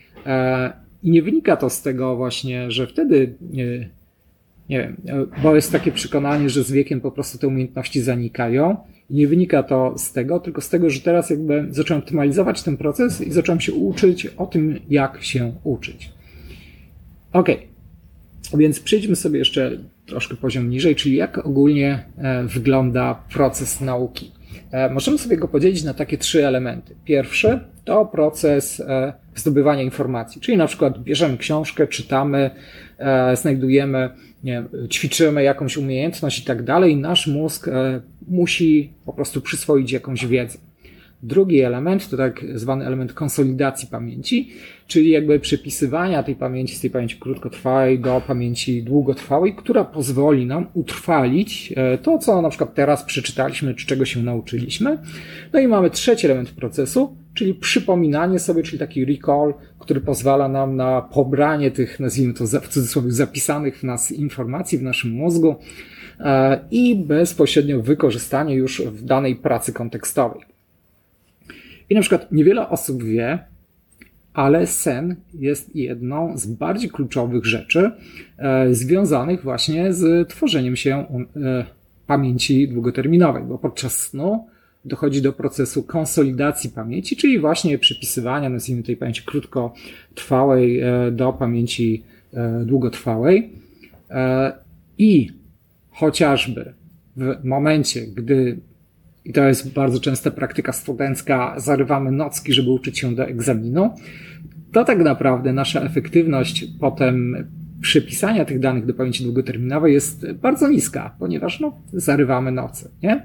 I nie wynika to z tego właśnie, że wtedy, nie wiem, bo jest takie przekonanie, że z wiekiem po prostu te umiejętności zanikają. I nie wynika to z tego, tylko z tego, że teraz jakby zacząłem optymalizować ten proces i zacząłem się uczyć o tym, jak się uczyć. Okej. Więc przejdźmy sobie jeszcze troszkę poziom niżej, czyli jak ogólnie wygląda proces nauki. Możemy sobie go podzielić na takie 3 elementy. Pierwszy to proces zdobywania informacji, czyli na przykład bierzemy książkę, czytamy, znajdujemy, nie wiem, ćwiczymy jakąś umiejętność i tak dalej. Nasz mózg musi po prostu przyswoić jakąś wiedzę. Drugi element to tak zwany element konsolidacji pamięci, czyli jakby przepisywania tej pamięci z tej pamięci krótkotrwałej do pamięci długotrwałej, która pozwoli nam utrwalić to, co na przykład teraz przeczytaliśmy, czy czego się nauczyliśmy. No i mamy trzeci element procesu, czyli przypominanie sobie, czyli taki recall, który pozwala nam na pobranie tych, nazwijmy to w cudzysłowie, zapisanych w nas informacji w naszym mózgu i bezpośrednio wykorzystanie już w danej pracy kontekstowej. I na przykład niewiele osób wie, ale sen jest jedną z bardziej kluczowych rzeczy związanych właśnie z tworzeniem się pamięci długoterminowej, bo podczas snu dochodzi do procesu konsolidacji pamięci, czyli właśnie przypisywania, nazwijmy tej pamięci krótkotrwałej do pamięci długotrwałej. I chociażby w momencie, gdy, i to jest bardzo częsta praktyka studencka, zarywamy nocki, żeby uczyć się do egzaminu, to tak naprawdę nasza efektywność potem przypisania tych danych do pamięci długoterminowej jest bardzo niska, ponieważ zarywamy noce, nie?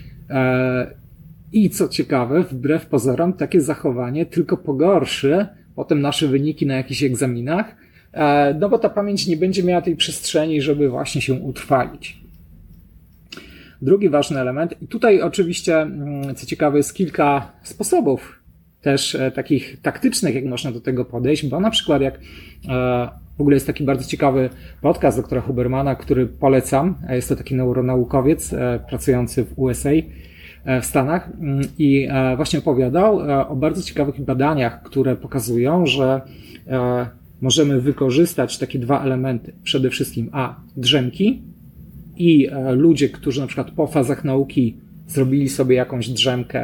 I co ciekawe, wbrew pozorom, takie zachowanie tylko pogorszy potem nasze wyniki na jakichś egzaminach, no bo ta pamięć nie będzie miała tej przestrzeni, żeby właśnie się utrwalić. Drugi ważny element, i tutaj oczywiście, co ciekawe, jest kilka sposobów też takich taktycznych, jak można do tego podejść, bo na przykład jak w ogóle jest taki bardzo ciekawy podcast doktora Hubermana, który polecam, jest to taki neuronaukowiec pracujący w USA, w Stanach, i właśnie opowiadał o bardzo ciekawych badaniach, które pokazują, że możemy wykorzystać takie 2 elementy. Przede wszystkim drzemki, i ludzie, którzy na przykład po fazach nauki zrobili sobie jakąś drzemkę,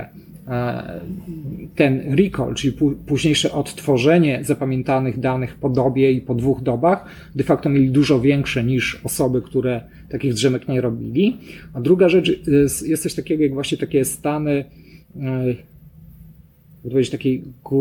ten recall, czyli późniejsze odtworzenie zapamiętanych danych po dobie i po 2 dobach, de facto mieli dużo większe niż osoby, które takich drzemek nie robili. A druga rzecz, jest coś takiego jak właśnie takie stany, takiej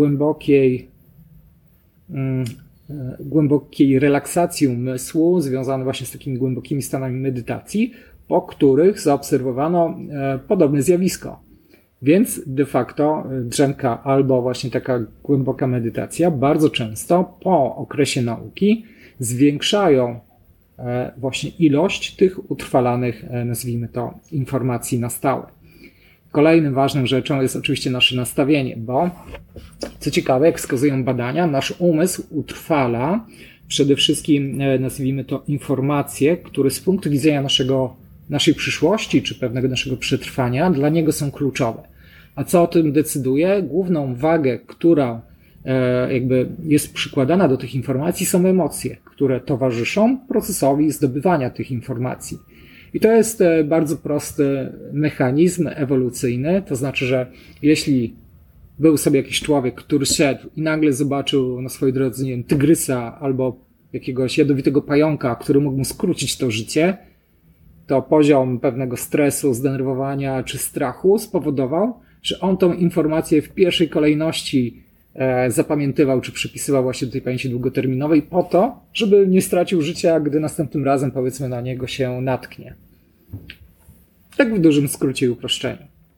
głębokiej relaksacji umysłu, związane właśnie z takimi głębokimi stanami medytacji, po których zaobserwowano podobne zjawisko. Więc de facto drzemka albo właśnie taka głęboka medytacja bardzo często po okresie nauki zwiększają właśnie ilość tych utrwalanych, nazwijmy to, informacji na stałe. Kolejną ważną rzeczą jest oczywiście nasze nastawienie, bo co ciekawe, jak wskazują badania, nasz umysł utrwala przede wszystkim, nazwijmy to, informacje, które z punktu widzenia naszej przyszłości czy pewnego naszego przetrwania dla niego są kluczowe. A co o tym decyduje? Główną wagę, która jakby jest przykładana do tych informacji, są emocje, które towarzyszą procesowi zdobywania tych informacji. I to jest bardzo prosty mechanizm ewolucyjny, to znaczy, że jeśli był sobie jakiś człowiek, który szedł i nagle zobaczył na swojej drodze, nie wiem, tygrysa albo jakiegoś jadowitego pająka, który mógł mu skrócić to życie, to poziom pewnego stresu, zdenerwowania czy strachu spowodował, że on tą informację w pierwszej kolejności zapamiętywał czy przypisywał właśnie do tej pamięci długoterminowej po to, żeby nie stracił życia, gdy następnym razem, powiedzmy, na niego się natknie. Tak w dużym skrócie i uproszczeniu.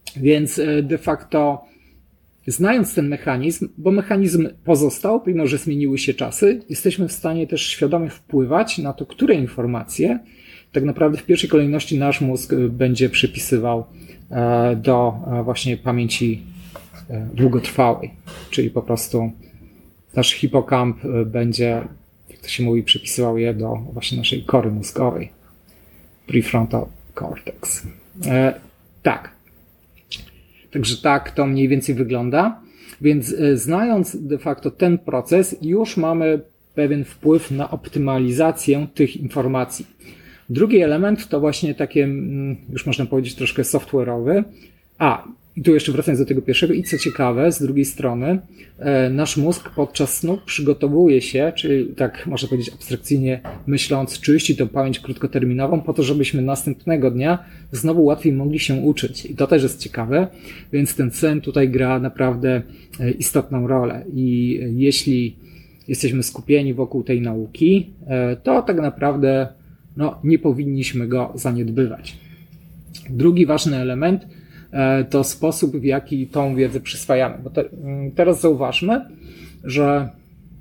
Więc de facto znając ten mechanizm, bo mechanizm pozostał, mimo że zmieniły się czasy, jesteśmy w stanie też świadomie wpływać na to, które informacje tak naprawdę w pierwszej kolejności nasz mózg będzie przypisywał do właśnie pamięci długotrwałej, czyli po prostu nasz hipokamp będzie, jak to się mówi, przypisywał je do właśnie naszej kory mózgowej, prefrontal cortex. Tak. Także tak to mniej więcej wygląda. Więc znając de facto ten proces, już mamy pewien wpływ na optymalizację tych informacji. Drugi element to właśnie takie, już można powiedzieć, troszkę software'owy. I tu jeszcze wracając do tego pierwszego, i co ciekawe, z drugiej strony nasz mózg podczas snu przygotowuje się, czyli tak można powiedzieć abstrakcyjnie myśląc, czyści tą pamięć krótkoterminową po to, żebyśmy następnego dnia znowu łatwiej mogli się uczyć. I to też jest ciekawe, więc ten sen tutaj gra naprawdę istotną rolę. I jeśli jesteśmy skupieni wokół tej nauki, to tak naprawdę nie powinniśmy go zaniedbywać. Drugi ważny element to sposób, w jaki tą wiedzę przyswajamy. Bo teraz zauważmy, że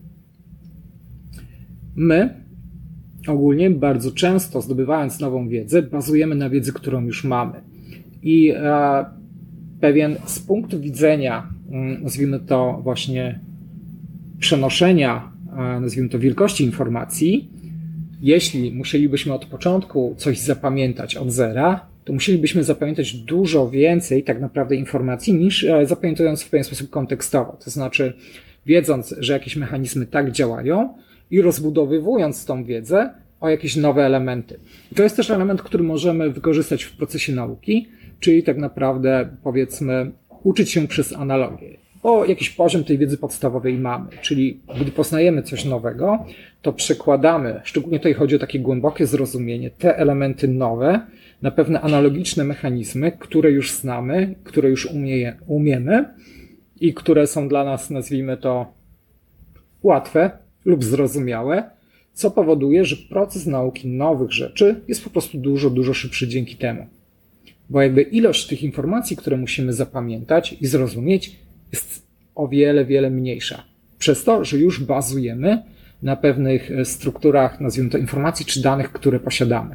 my ogólnie bardzo często zdobywając nową wiedzę, bazujemy na wiedzy, którą już mamy. I pewien z punktu widzenia, nazwijmy to właśnie przenoszenia, nazwijmy to wielkości informacji, jeśli musielibyśmy od początku coś zapamiętać od zera, to musielibyśmy zapamiętać dużo więcej tak naprawdę informacji niż zapamiętując w pewien sposób kontekstowo. To znaczy wiedząc, że jakieś mechanizmy tak działają i rozbudowywując tą wiedzę o jakieś nowe elementy. I to jest też element, który możemy wykorzystać w procesie nauki, czyli tak naprawdę powiedzmy uczyć się przez analogię. Bo jakiś poziom tej wiedzy podstawowej mamy, czyli gdy poznajemy coś nowego, to przekładamy, szczególnie tutaj chodzi o takie głębokie zrozumienie, te elementy nowe na pewne analogiczne mechanizmy, które już znamy, które już umiemy i które są dla nas, nazwijmy to, łatwe lub zrozumiałe, co powoduje, że proces nauki nowych rzeczy jest po prostu dużo, dużo szybszy dzięki temu. Bo jakby ilość tych informacji, które musimy zapamiętać i zrozumieć, jest o wiele, wiele mniejsza. Przez to, że już bazujemy na pewnych strukturach, nazwijmy to informacji czy danych, które posiadamy.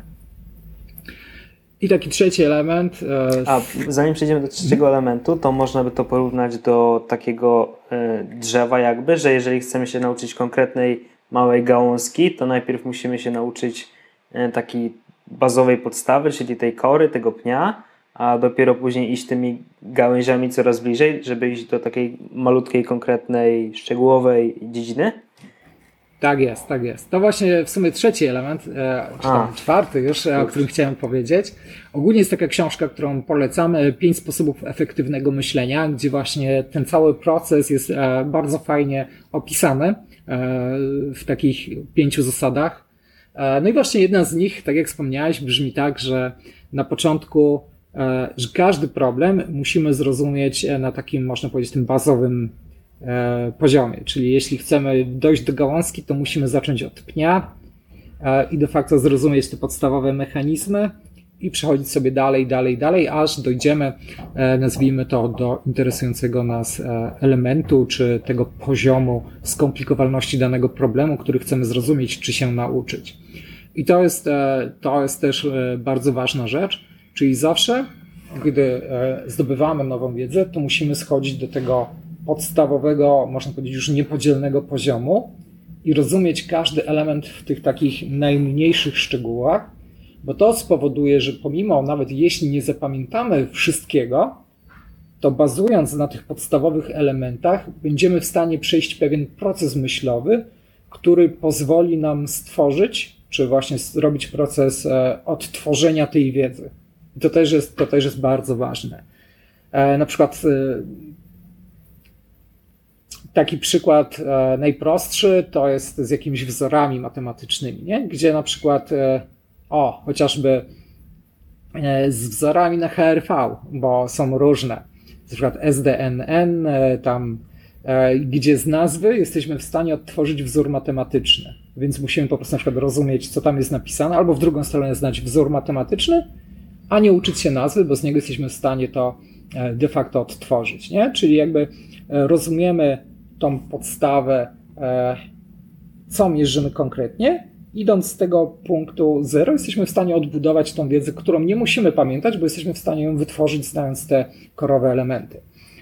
I taki trzeci element. Zanim przejdziemy do trzeciego elementu, to można by to porównać do takiego drzewa jakby, że jeżeli chcemy się nauczyć konkretnej małej gałązki, to najpierw musimy się nauczyć takiej bazowej podstawy, czyli tej kory, tego pnia, a dopiero później iść tymi gałęziami coraz bliżej, żeby iść do takiej malutkiej, konkretnej, szczegółowej dziedziny. Tak jest, tak jest. To właśnie w sumie trzeci element, czy tam czwarty już, o którym chciałem powiedzieć. Ogólnie jest taka książka, którą polecamy, 5 sposobów efektywnego myślenia, gdzie właśnie ten cały proces jest bardzo fajnie opisany w takich 5 zasadach. No i właśnie jedna z nich, tak jak wspomniałeś, brzmi tak, że na początku, że każdy problem musimy zrozumieć na takim, można powiedzieć, tym bazowym poziomie. Czyli jeśli chcemy dojść do gałązki, to musimy zacząć od pnia i de facto zrozumieć te podstawowe mechanizmy i przechodzić sobie dalej, aż dojdziemy, nazwijmy to, do interesującego nas elementu, czy tego poziomu skomplikowalności danego problemu, który chcemy zrozumieć, czy się nauczyć. I to jest też bardzo ważna rzecz, czyli zawsze, gdy zdobywamy nową wiedzę, to musimy schodzić do tego podstawowego, można powiedzieć już niepodzielnego poziomu i rozumieć każdy element w tych takich najmniejszych szczegółach, bo to spowoduje, że pomimo, nawet jeśli nie zapamiętamy wszystkiego, to bazując na tych podstawowych elementach będziemy w stanie przejść pewien proces myślowy, który pozwoli nam stworzyć, czy właśnie zrobić proces odtworzenia tej wiedzy. I to też jest bardzo ważne. Na przykład taki przykład najprostszy to jest z jakimiś wzorami matematycznymi, nie? Gdzie na przykład chociażby z wzorami na HRV, bo są różne, na przykład SDNN, gdzie z nazwy jesteśmy w stanie odtworzyć wzór matematyczny, więc musimy po prostu na przykład rozumieć, co tam jest napisane, albo w drugą stronę znać wzór matematyczny, a nie uczyć się nazwy, bo z niego jesteśmy w stanie to de facto odtworzyć, nie? Czyli jakby rozumiemy tą podstawę, co mierzymy konkretnie. Idąc z tego punktu 0, jesteśmy w stanie odbudować tą wiedzę, którą nie musimy pamiętać, bo jesteśmy w stanie ją wytworzyć, znając te korowe elementy.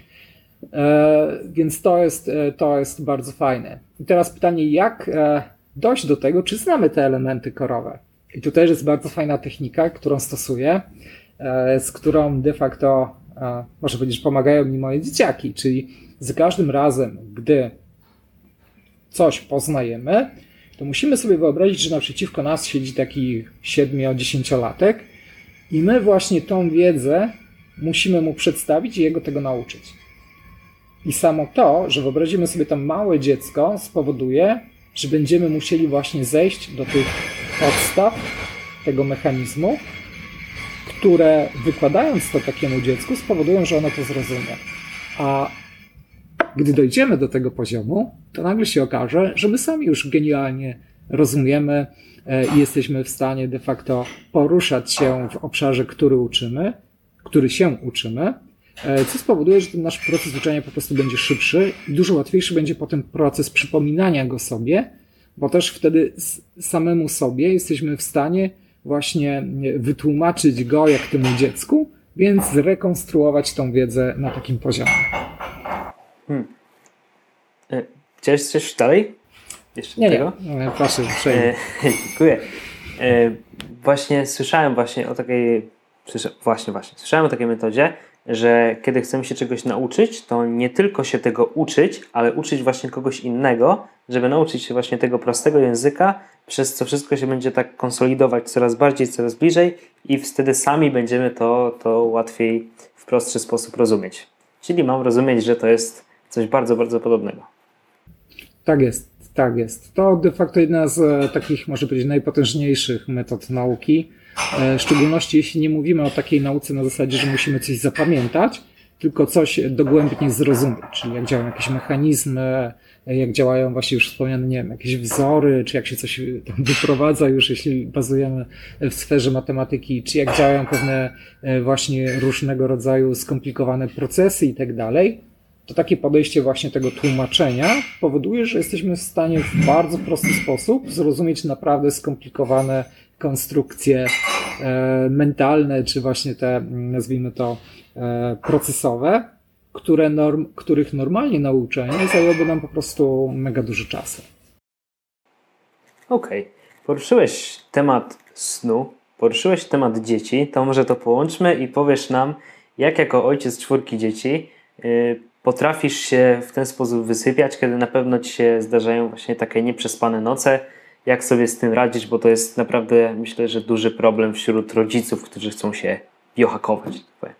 Więc to jest bardzo fajne. I teraz pytanie, jak dojść do tego, czy znamy te elementy korowe? I tu też jest bardzo fajna technika, którą stosuję, z którą de facto, można powiedzieć, pomagają mi moje dzieciaki, czyli za każdym razem, gdy coś poznajemy, to musimy sobie wyobrazić, że naprzeciwko nas siedzi taki 7-10-latek i my właśnie tą wiedzę musimy mu przedstawić i jego tego nauczyć. I samo to, że wyobrazimy sobie tam małe dziecko, spowoduje, że będziemy musieli właśnie zejść do tych podstaw tego mechanizmu, które wykładając to takiemu dziecku spowodują, że ono to zrozumie. A gdy dojdziemy do tego poziomu, to nagle się okaże, że my sami już genialnie rozumiemy i jesteśmy w stanie de facto poruszać się w obszarze, który się uczymy, co spowoduje, że ten nasz proces uczenia po prostu będzie szybszy i dużo łatwiejszy będzie potem proces przypominania go sobie, bo też wtedy samemu sobie jesteśmy w stanie właśnie wytłumaczyć go jak temu dziecku, więc zrekonstruować tą wiedzę na takim poziomie. Chciałeś coś dalej? Jeszcze tego? Nie, proszę, przejdę. Dziękuję. Właśnie słyszałem o takiej słyszałem o takiej metodzie, że kiedy chcemy się czegoś nauczyć, to nie tylko się tego uczyć, ale uczyć właśnie kogoś innego, żeby nauczyć się właśnie tego prostego języka, przez co wszystko się będzie tak konsolidować coraz bardziej, coraz bliżej i wtedy sami będziemy to łatwiej w prostszy sposób rozumieć. Czyli mam rozumieć, że to jest coś bardzo, bardzo podobnego. Tak jest. To de facto jedna z takich, może powiedzieć, najpotężniejszych metod nauki. W szczególności jeśli nie mówimy o takiej nauce na zasadzie, że musimy coś zapamiętać, tylko coś dogłębnie zrozumieć, czyli jak działają jakieś mechanizmy, jak działają właśnie już wspomniane, nie wiem, jakieś wzory, czy jak się coś tam wyprowadza już, jeśli bazujemy w sferze matematyki, czy jak działają pewne właśnie różnego rodzaju skomplikowane procesy i tak dalej, to takie podejście właśnie tego tłumaczenia powoduje, że jesteśmy w stanie w bardzo prosty sposób zrozumieć naprawdę skomplikowane konstrukcje mentalne, czy właśnie te, nazwijmy to, procesowe, których normalnie nauczenie zajęłoby nam po prostu mega dużo czasu. Okej. Poruszyłeś temat snu, poruszyłeś temat dzieci, to może to połączmy i powiesz nam, jak jako ojciec 4 dzieci potrafisz się w ten sposób wysypiać, kiedy na pewno ci się zdarzają właśnie takie nieprzespane noce. Jak sobie z tym radzić, bo to jest naprawdę, myślę, że duży problem wśród rodziców, którzy chcą się biohakować.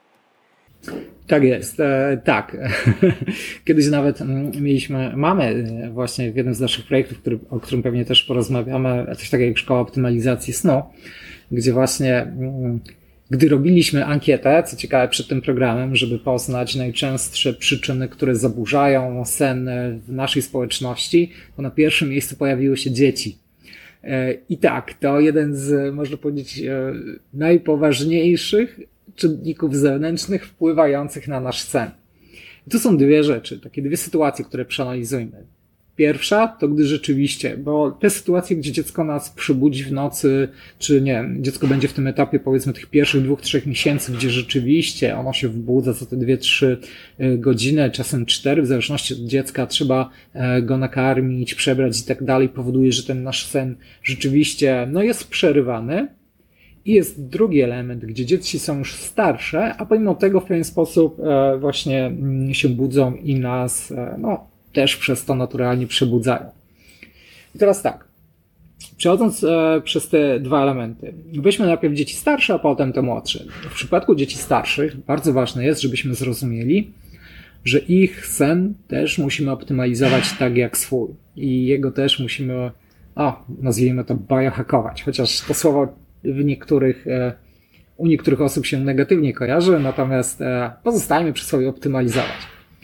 Tak jest, tak. Kiedyś nawet mamy właśnie w jednym z naszych projektów, o którym pewnie też porozmawiamy, coś takiego jak Szkoła Optymalizacji Snu, gdzie właśnie gdy robiliśmy ankietę, co ciekawe przed tym programem, żeby poznać najczęstsze przyczyny, które zaburzają sen w naszej społeczności, to na pierwszym miejscu pojawiły się dzieci. I tak, to jeden z, można powiedzieć, najpoważniejszych czynników zewnętrznych wpływających na nasz sen. I tu są dwie rzeczy, takie dwie sytuacje, które przeanalizujmy. Pierwsza to gdy rzeczywiście, bo te sytuacje, gdzie dziecko nas przybudzi w nocy, czy nie, dziecko będzie w tym etapie powiedzmy tych pierwszych 2-3 miesięcy, gdzie rzeczywiście ono się wbudza co te 2-3 godziny, czasem 4, w zależności od dziecka, trzeba go nakarmić, przebrać i tak dalej, powoduje, że ten nasz sen rzeczywiście jest przerywany. I jest drugi element, gdzie dzieci są już starsze, a pomimo tego w pewien sposób właśnie się budzą i nas też przez to naturalnie przebudzają. I teraz tak, przechodząc przez te dwa elementy, weźmy najpierw dzieci starsze, a potem te młodsze. W przypadku dzieci starszych bardzo ważne jest, żebyśmy zrozumieli, że ich sen też musimy optymalizować tak jak swój. I jego też musimy, nazwijmy to biohackować, chociaż to słowo u niektórych osób się negatywnie kojarzy, natomiast pozostajmy przy słowie optymalizować.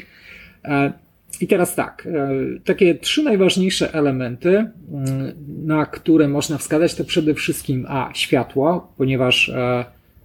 I teraz tak, takie 3 najważniejsze elementy, na które można wskazać, to przede wszystkim światło, ponieważ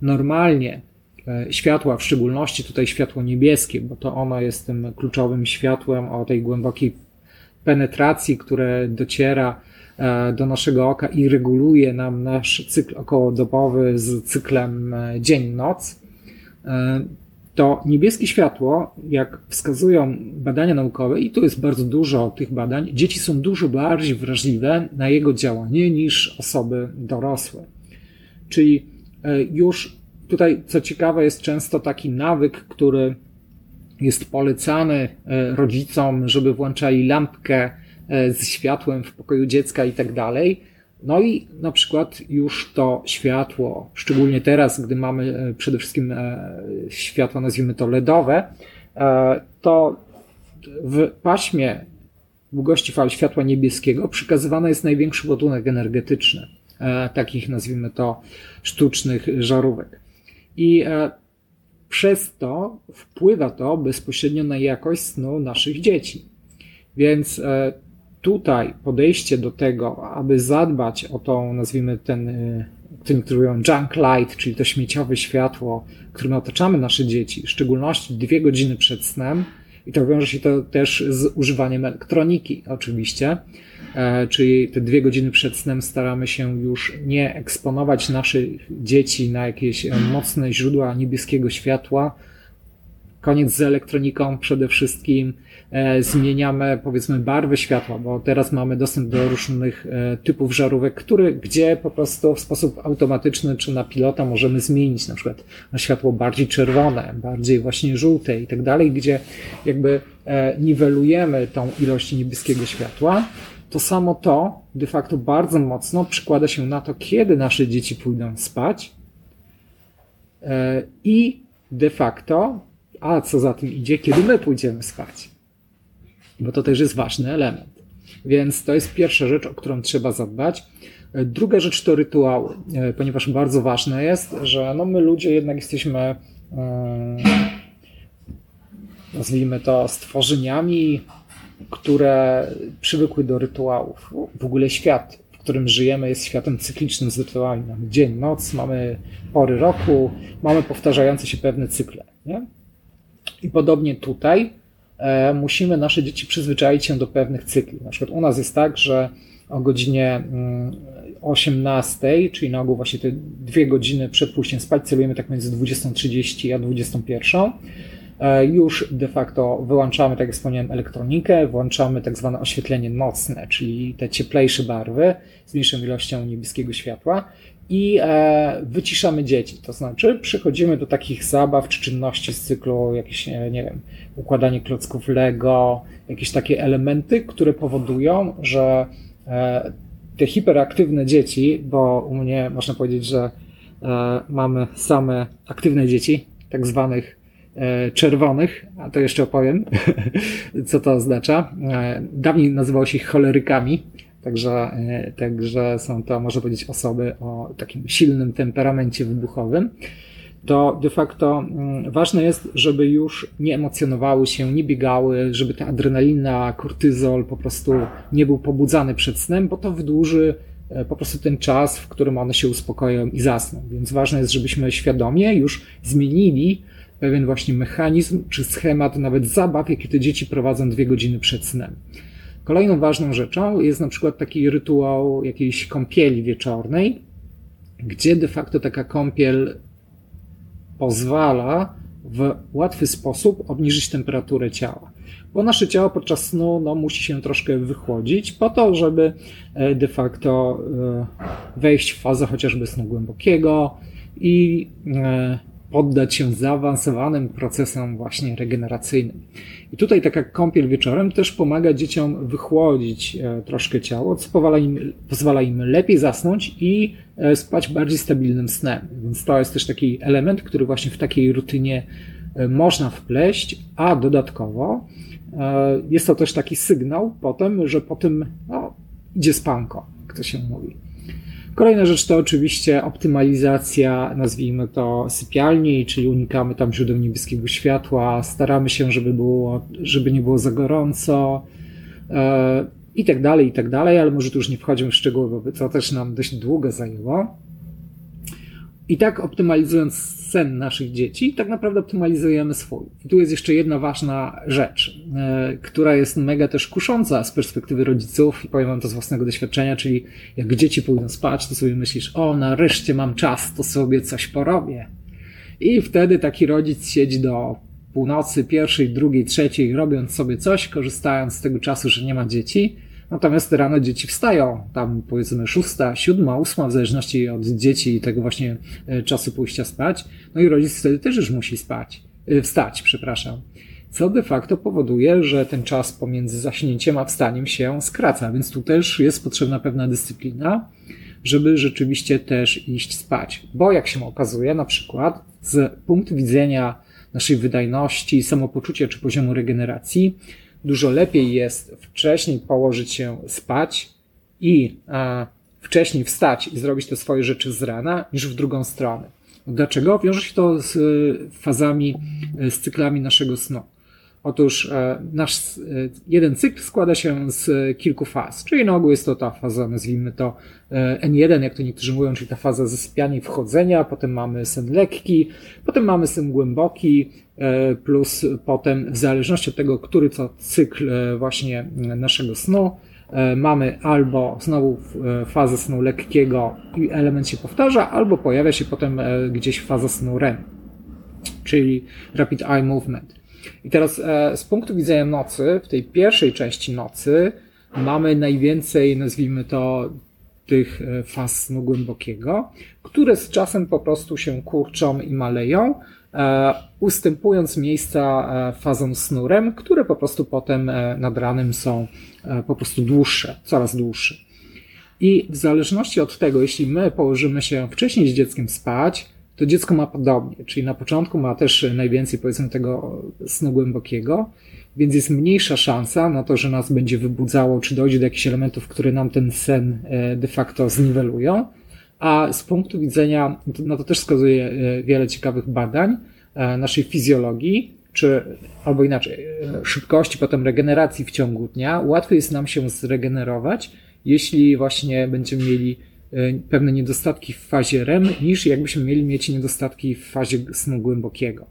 normalnie światła, w szczególności tutaj światło niebieskie, bo to ono jest tym kluczowym światłem o tej głębokiej penetracji, które dociera do naszego oka i reguluje nam nasz cykl okołodobowy z cyklem dzień-noc, to niebieskie światło, jak wskazują badania naukowe, i tu jest bardzo dużo tych badań, dzieci są dużo bardziej wrażliwe na jego działanie niż osoby dorosłe. Czyli już tutaj, co ciekawe, jest często taki nawyk, który jest polecany rodzicom, żeby włączali lampkę z światłem w pokoju dziecka i tak dalej. No i na przykład już to światło, szczególnie teraz, gdy mamy przede wszystkim światło, nazwijmy to LEDowe, to w paśmie długości fal światła niebieskiego przekazywany jest największy ładunek energetyczny takich, nazwijmy to, sztucznych żarówek. I przez to wpływa to bezpośrednio na jakość snu naszych dzieci. Więc tutaj podejście do tego, aby zadbać o tą, nazwijmy ten, który mówią junk light, czyli to śmieciowe światło, którym otaczamy nasze dzieci, w szczególności 2 godziny przed snem, i to wiąże się to też z używaniem elektroniki oczywiście, czyli te 2 godziny przed snem staramy się już nie eksponować naszych dzieci na jakieś mocne źródła niebieskiego światła. Koniec z elektroniką przede wszystkim. Zmieniamy, powiedzmy, barwę światła, bo teraz mamy dostęp do różnych typów żarówek, gdzie po prostu w sposób automatyczny czy na pilota możemy zmienić na przykład na światło bardziej czerwone, bardziej właśnie żółte i tak dalej, gdzie jakby niwelujemy tą ilość niebieskiego światła. To samo to de facto bardzo mocno przekłada się na to, kiedy nasze dzieci pójdą spać i de facto, a co za tym idzie, kiedy my pójdziemy spać. Bo to też jest ważny element. Więc to jest pierwsza rzecz, o którą trzeba zadbać. Druga rzecz to rytuały, ponieważ bardzo ważne jest, że my ludzie jednak jesteśmy, nazwijmy to, stworzeniami, które przywykły do rytuałów. W ogóle świat, w którym żyjemy, jest światem cyklicznym z rytuałami. Mamy dzień, noc, mamy pory roku, mamy powtarzające się pewne cykle. Nie? I podobnie tutaj musimy nasze dzieci przyzwyczaić się do pewnych cykli. Na przykład u nas jest tak, że o godzinie 18, czyli na ogół właśnie te 2 godziny przed pójściem spać, celujemy tak między 20:30 a 21. Już de facto wyłączamy, tak jak wspomniałem, elektronikę, włączamy tak zwane oświetlenie nocne, czyli te cieplejsze barwy z mniejszą ilością niebieskiego światła i wyciszamy dzieci. To znaczy przechodzimy do takich zabaw czy czynności z cyklu, jakieś, nie wiem, układanie klocków Lego, jakieś takie elementy, które powodują, że te hiperaktywne dzieci, bo u mnie można powiedzieć, że mamy same aktywne dzieci, tak zwanych czerwonych, a to jeszcze opowiem, co to oznacza. Dawniej nazywało się ich cholerykami, także są to, można powiedzieć, osoby o takim silnym temperamencie wybuchowym. To de facto ważne jest, żeby już nie emocjonowały się, nie biegały, żeby ta adrenalina, kortyzol po prostu nie był pobudzany przed snem, bo to wydłuży po prostu ten czas, w którym one się uspokoją i zasną. Więc ważne jest, żebyśmy świadomie już zmienili pewien właśnie mechanizm czy schemat nawet zabaw, jakie te dzieci prowadzą 2 godziny przed snem. Kolejną ważną rzeczą jest na przykład taki rytuał jakiejś kąpieli wieczornej, gdzie de facto taka kąpiel pozwala w łatwy sposób obniżyć temperaturę ciała. Bo nasze ciało podczas snu musi się troszkę wychłodzić po to, żeby de facto wejść w fazę chociażby snu głębokiego i poddać się zaawansowanym procesom właśnie regeneracyjnym. I tutaj taka kąpiel wieczorem też pomaga dzieciom wychłodzić troszkę ciało, co pozwala im lepiej zasnąć i spać bardziej stabilnym snem. Więc to jest też taki element, który właśnie w takiej rutynie można wpleść, a dodatkowo jest to też taki sygnał potem, że po tym idzie spanko, jak to się mówi. Kolejna rzecz to oczywiście optymalizacja, nazwijmy to, sypialni, czyli unikamy tam źródeł niebieskiego światła, staramy się, żeby nie było za gorąco i tak dalej, ale może tu już nie wchodzimy w szczegóły, bo to też nam dość długo zajęło. I tak optymalizując sen naszych dzieci, tak naprawdę optymalizujemy swój. I tu jest jeszcze jedna ważna rzecz, która jest mega też kusząca z perspektywy rodziców i powiem wam to z własnego doświadczenia, czyli jak dzieci pójdą spać, to sobie myślisz, o nareszcie mam czas, to sobie coś porobię. I wtedy taki rodzic siedzi do północy, 1, 2, 3, robiąc sobie coś, korzystając z tego czasu, że nie ma dzieci. Natomiast rano dzieci wstają, tam powiedzmy 6, 7, 8, w zależności od dzieci i tego właśnie czasu pójścia spać. No i rodzic wtedy też już musi wstać, co de facto powoduje, że ten czas pomiędzy zaśnięciem a wstaniem się skraca, więc tu też jest potrzebna pewna dyscyplina, żeby rzeczywiście też iść spać. Bo jak się okazuje, na przykład z punktu widzenia naszej wydajności, samopoczucia czy poziomu regeneracji, dużo lepiej jest wcześniej położyć się spać i wcześniej wstać i zrobić te swoje rzeczy z rana, niż w drugą stronę. Dlaczego? Wiąże się to z fazami, z cyklami naszego snu. Otóż nasz jeden cykl składa się z kilku faz, czyli na ogół jest to ta faza, nazwijmy to N1, jak to niektórzy mówią, czyli ta faza zasypiania i wchodzenia, potem mamy sen lekki, potem mamy sen głęboki, plus potem w zależności od tego, który to cykl właśnie naszego snu, mamy albo znowu fazę snu lekkiego i element się powtarza, albo pojawia się potem gdzieś faza snu REM, czyli Rapid Eye Movement. I teraz z punktu widzenia nocy, w tej pierwszej części nocy mamy najwięcej, nazwijmy to, tych faz snu głębokiego, które z czasem po prostu się kurczą i maleją, ustępując miejsca fazom snu REM, które po prostu potem nad ranem są po prostu dłuższe, coraz dłuższe. I w zależności od tego, jeśli my położymy się wcześniej z dzieckiem spać, to dziecko ma podobnie, czyli na początku ma też najwięcej, powiedzmy, tego snu głębokiego, więc jest mniejsza szansa na to, że nas będzie wybudzało, czy dojdzie do jakichś elementów, które nam ten sen de facto zniwelują, a z punktu widzenia, no to też wskazuje wiele ciekawych badań naszej fizjologii, czy albo inaczej, szybkości potem regeneracji w ciągu dnia, łatwiej jest nam się zregenerować, jeśli właśnie będziemy mieli pewne niedostatki w fazie REM, niż jakbyśmy mieli mieć niedostatki w fazie snu głębokiego.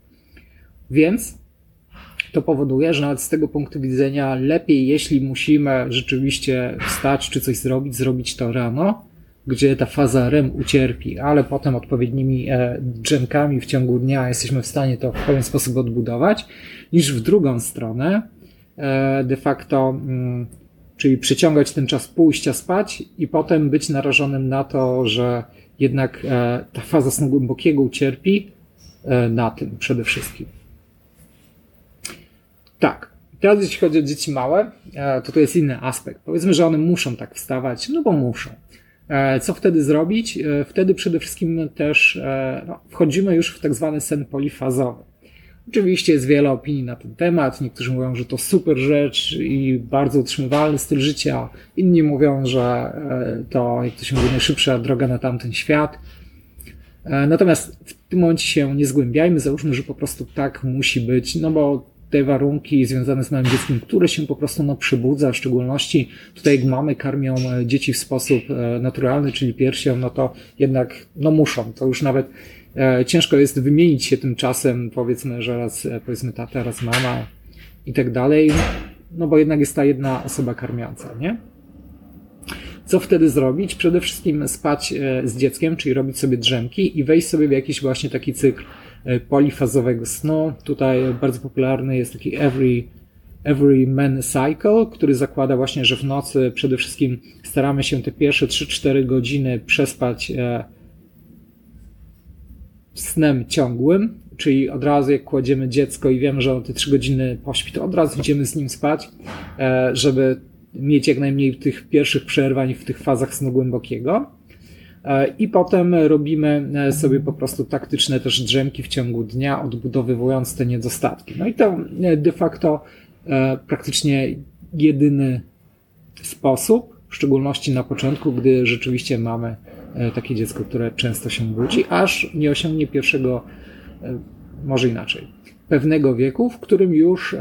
Więc to powoduje, że nawet z tego punktu widzenia lepiej, jeśli musimy rzeczywiście wstać czy coś zrobić to rano, gdzie ta faza REM ucierpi, ale potem odpowiednimi drzemkami w ciągu dnia jesteśmy w stanie to w pewien sposób odbudować, niż w drugą stronę de facto czyli przeciągać ten czas pójścia spać i potem być narażonym na to, że jednak ta faza snu głębokiego ucierpi na tym przede wszystkim. Tak, teraz jeśli chodzi o dzieci małe, to jest inny aspekt. Powiedzmy, że one muszą tak wstawać, no bo muszą. Co wtedy zrobić? Wtedy przede wszystkim też wchodzimy już w tak zwany sen polifazowy. Oczywiście jest wiele opinii na ten temat. Niektórzy mówią, że to super rzecz i bardzo utrzymywalny styl życia. Inni mówią, że to, jak to się mówi, najszybsza droga na tamten świat. Natomiast w tym momencie się nie zgłębiajmy. Załóżmy, że po prostu tak musi być, no bo te warunki związane z małym dzieckiem, które się po prostu przebudza, w szczególności tutaj jak mamy karmią dzieci w sposób naturalny, czyli piersią, no to jednak muszą. To już nawet ciężko jest wymienić się tym czasem, powiedzmy, że raz powiedzmy tata, raz mama i tak dalej, no bo jednak jest ta jedna osoba karmiąca, nie? Co wtedy zrobić? Przede wszystkim spać z dzieckiem, czyli robić sobie drzemki i wejść sobie w jakiś właśnie taki cykl polifazowego snu. Tutaj bardzo popularny jest taki Every Man Cycle, który zakłada właśnie, że w nocy przede wszystkim staramy się te pierwsze 3-4 godziny przespać snem ciągłym, czyli od razu jak kładziemy dziecko i wiemy, że on te 3 godziny pośpi, to od razu idziemy z nim spać, żeby mieć jak najmniej tych pierwszych przerwań w tych fazach snu głębokiego. I potem robimy sobie po prostu taktyczne też drzemki w ciągu dnia, odbudowywując te niedostatki. No i to de facto praktycznie jedyny sposób, w szczególności na początku, gdy rzeczywiście mamy takie dziecko, które często się budzi, aż nie osiągnie pierwszego, może inaczej, pewnego wieku, w którym już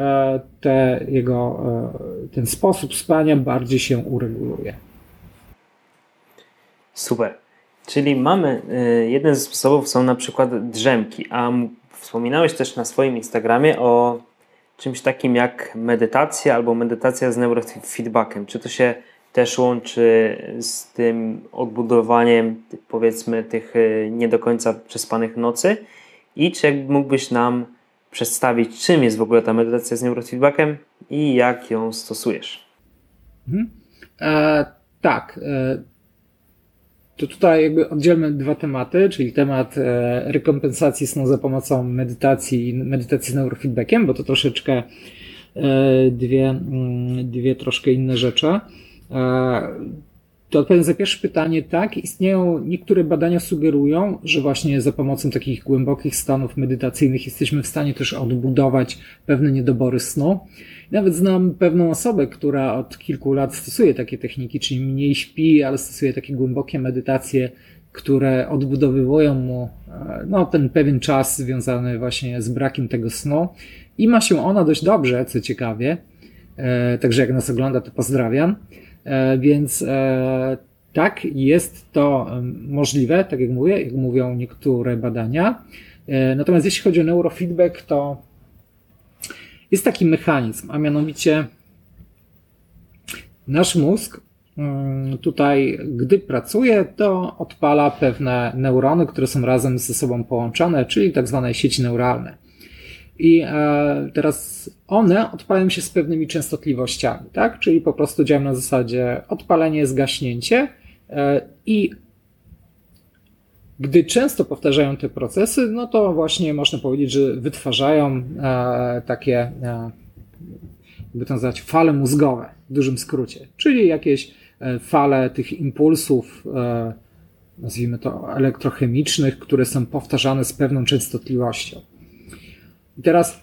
ten sposób spania bardziej się ureguluje. Super. Czyli mamy, jeden ze sposobów są na przykład drzemki, a wspominałeś też na swoim Instagramie o czymś takim jak medytacja albo medytacja z neurofeedbackiem. Czy to się też łączy z tym odbudowaniem, powiedzmy, tych nie do końca przespanych nocy? I czy mógłbyś nam przedstawić, czym jest w ogóle ta medytacja z neurofeedbackiem i jak ją stosujesz? Tak. To tutaj jakby oddzielmy dwa tematy, czyli temat rekompensacji snu za pomocą medytacji i medytacji z neurofeedbackiem, bo to troszeczkę dwie troszkę inne rzeczy. To odpowiem za pierwsze pytanie. Tak, istnieją niektóre badania sugerują, że właśnie za pomocą takich głębokich stanów medytacyjnych jesteśmy w stanie też odbudować pewne niedobory snu. Nawet znam pewną osobę, która od kilku lat stosuje takie techniki, czyli mniej śpi, ale stosuje takie głębokie medytacje, które odbudowywują mu ten pewien czas związany właśnie z brakiem tego snu. I ma się ona dość dobrze, co ciekawie. Także jak nas ogląda, to pozdrawiam. Więc tak, jest to możliwe, tak jak mówię, jak mówią niektóre badania. Natomiast jeśli chodzi o neurofeedback, to jest taki mechanizm, a mianowicie nasz mózg tutaj, gdy pracuje, to odpala pewne neurony, które są razem ze sobą połączone, czyli tak zwane sieci neuralne. I teraz one odpalają się z pewnymi częstotliwościami, tak? Czyli po prostu działają na zasadzie odpalenie, zgaśnięcie i gdy często powtarzają te procesy, no to właśnie można powiedzieć, że wytwarzają takie, jakby to nazwać, fale mózgowe, w dużym skrócie, czyli jakieś fale tych impulsów, nazwijmy to elektrochemicznych, które są powtarzane z pewną częstotliwością. I teraz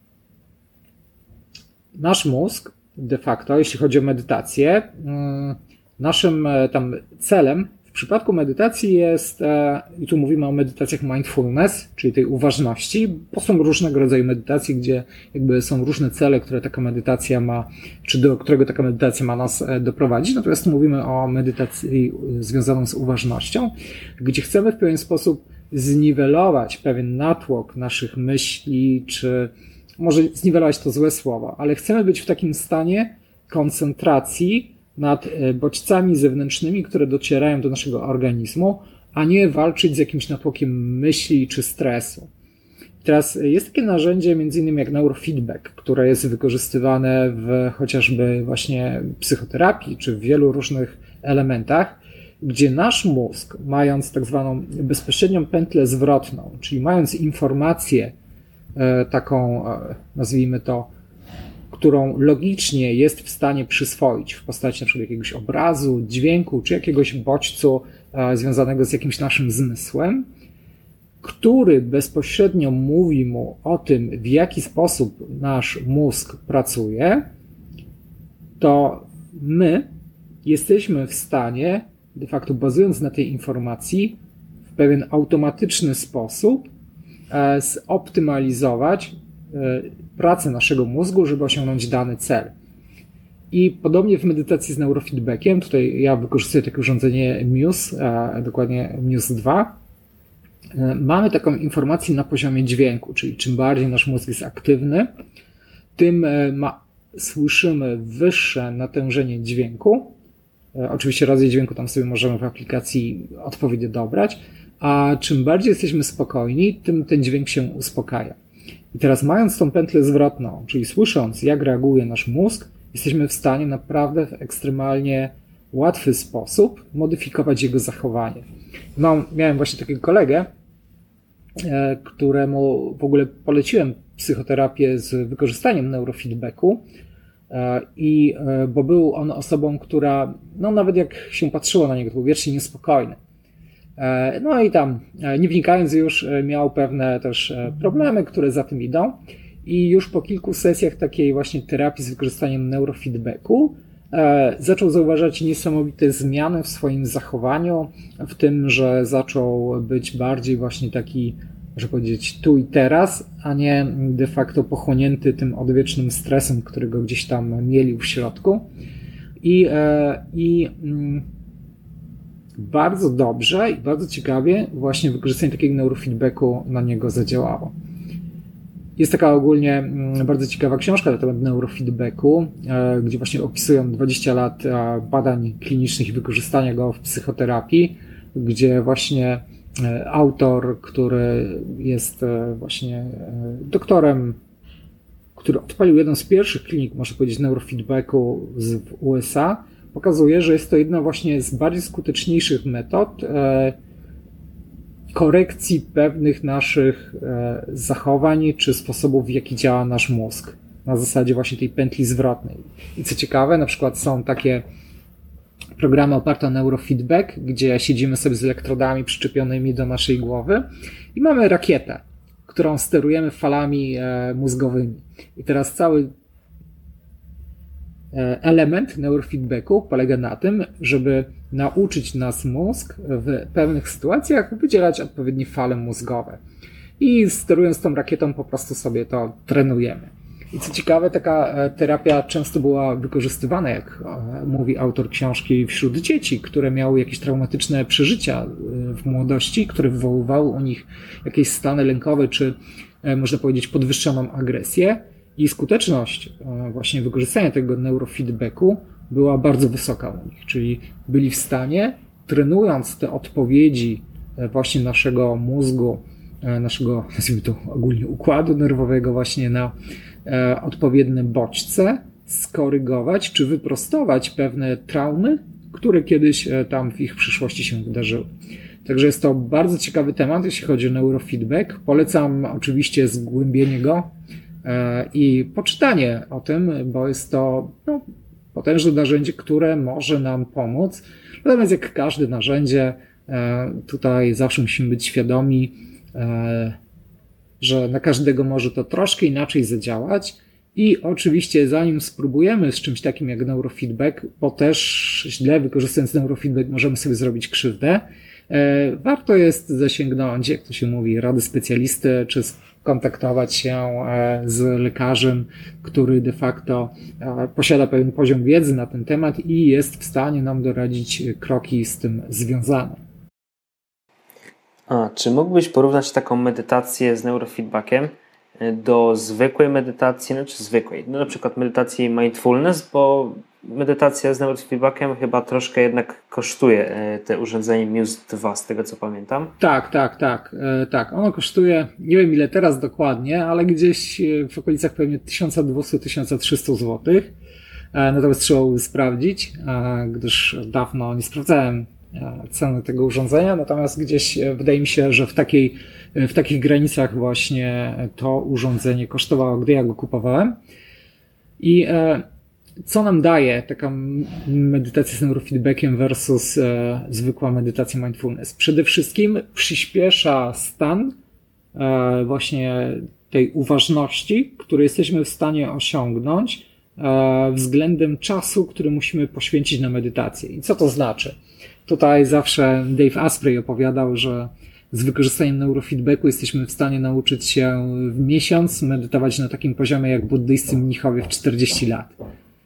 nasz mózg de facto, jeśli chodzi o medytację, naszym tam celem w przypadku medytacji jest, i tu mówimy o medytacjach mindfulness, czyli tej uważności, bo są różnego rodzaju medytacje, gdzie jakby są różne cele, które taka medytacja ma, czy do którego taka medytacja ma nas doprowadzić. Natomiast tu mówimy o medytacji związaną z uważnością, gdzie chcemy w pewien sposób zniwelować pewien natłok naszych myśli, czy może zniwelować to złe słowo, ale chcemy być w takim stanie koncentracji nad bodźcami zewnętrznymi, które docierają do naszego organizmu, a nie walczyć z jakimś natłokiem myśli czy stresu. Teraz jest takie narzędzie między innymi jak neurofeedback, które jest wykorzystywane w chociażby właśnie psychoterapii czy w wielu różnych elementach, gdzie nasz mózg, mając tak zwaną bezpośrednią pętlę zwrotną, czyli mając informację taką, nazwijmy to, którą logicznie jest w stanie przyswoić w postaci na przykład jakiegoś obrazu, dźwięku czy jakiegoś bodźcu związanego z jakimś naszym zmysłem, który bezpośrednio mówi mu o tym, w jaki sposób nasz mózg pracuje, to my jesteśmy w stanie, de facto bazując na tej informacji, w pewien automatyczny sposób zoptymalizować pracę naszego mózgu, żeby osiągnąć dany cel. I podobnie w medytacji z neurofeedbackiem, tutaj ja wykorzystuję takie urządzenie Muse, dokładnie Muse 2, mamy taką informację na poziomie dźwięku, czyli czym bardziej nasz mózg jest aktywny, tym słyszymy wyższe natężenie dźwięku. Oczywiście rodzaj dźwięku tam sobie możemy w aplikacji odpowiednio dobrać, a czym bardziej jesteśmy spokojni, tym ten dźwięk się uspokaja. I teraz mając tą pętlę zwrotną, czyli słysząc, jak reaguje nasz mózg, jesteśmy w stanie naprawdę w ekstremalnie łatwy sposób modyfikować jego zachowanie. Miałem właśnie takiego kolegę, któremu w ogóle poleciłem psychoterapię z wykorzystaniem neurofeedbacku, bo był on osobą, która, nawet jak się patrzyło na niego, to był wiecznie niespokojny. No i tam, nie wnikając już, miał pewne też problemy, które za tym idą. I już po kilku sesjach takiej właśnie terapii z wykorzystaniem neurofeedbacku zaczął zauważać niesamowite zmiany w swoim zachowaniu, w tym, że zaczął być bardziej właśnie taki, można powiedzieć, tu i teraz, a nie de facto pochłonięty tym odwiecznym stresem, którego gdzieś tam mielił w środku. bardzo dobrze i bardzo ciekawie właśnie wykorzystanie takiego neurofeedbacku na niego zadziałało. Jest taka ogólnie bardzo ciekawa książka na temat neurofeedbacku, gdzie właśnie opisują 20 lat badań klinicznych i wykorzystania go w psychoterapii, gdzie właśnie autor, który jest właśnie doktorem, który odpalił jedną z pierwszych klinik, można powiedzieć, neurofeedbacku w USA, pokazuje, że jest to jedna właśnie z bardziej skuteczniejszych metod korekcji pewnych naszych zachowań czy sposobów, w jaki działa nasz mózg. Na zasadzie właśnie tej pętli zwrotnej. I co ciekawe, na przykład są takie programy oparte o neurofeedback, gdzie siedzimy sobie z elektrodami przyczepionymi do naszej głowy i mamy rakietę, którą sterujemy falami mózgowymi. I teraz cały element neurofeedbacku polega na tym, żeby nauczyć nas mózg w pewnych sytuacjach wydzielać odpowiednie fale mózgowe. I sterując tą rakietą po prostu sobie to trenujemy. I co ciekawe, taka terapia często była wykorzystywana, jak mówi autor książki, wśród dzieci, które miały jakieś traumatyczne przeżycia w młodości, które wywoływały u nich jakieś stany lękowe, czy można powiedzieć podwyższoną agresję. I skuteczność właśnie wykorzystania tego neurofeedbacku była bardzo wysoka u nich, czyli byli w stanie, trenując te odpowiedzi właśnie naszego mózgu, naszego, nazwijmy to ogólnie, układu nerwowego właśnie na odpowiednie bodźce, skorygować czy wyprostować pewne traumy, które kiedyś tam w ich przyszłości się wydarzyły. Także jest to bardzo ciekawy temat, jeśli chodzi o neurofeedback. Polecam oczywiście zgłębienie go i poczytanie o tym, bo jest to potężne narzędzie, które może nam pomóc. Natomiast jak każde narzędzie, tutaj zawsze musimy być świadomi, że na każdego może to troszkę inaczej zadziałać i oczywiście zanim spróbujemy z czymś takim jak neurofeedback, bo też źle wykorzystując neurofeedback możemy sobie zrobić krzywdę, warto jest zasięgnąć, jak to się mówi, rady specjalisty, czy skontaktować się z lekarzem, który de facto posiada pewien poziom wiedzy na ten temat i jest w stanie nam doradzić kroki z tym związane. Czy mógłbyś porównać taką medytację z neurofeedbackiem do zwykłej medytacji, na przykład medytacji mindfulness, bo medytacja z neurofeedbackiem chyba troszkę jednak kosztuje te urządzenie Muse 2, z tego co pamiętam. Tak. Ono kosztuje, nie wiem ile teraz dokładnie, ale gdzieś w okolicach pewnie 1200-1300 zł. Natomiast trzeba by sprawdzić, gdyż dawno nie sprawdzałem ceny tego urządzenia, natomiast gdzieś wydaje mi się, że w takich granicach właśnie to urządzenie kosztowało, gdy ja go kupowałem. I co nam daje taka medytacja z neurofeedbackiem versus zwykła medytacja mindfulness? Przede wszystkim przyspiesza stan właśnie tej uważności, który jesteśmy w stanie osiągnąć względem czasu, który musimy poświęcić na medytację. I co to znaczy? Tutaj zawsze Dave Asprey opowiadał, że z wykorzystaniem neurofeedbacku jesteśmy w stanie nauczyć się w miesiąc medytować na takim poziomie jak buddyjscy mnichowie w 40 lat.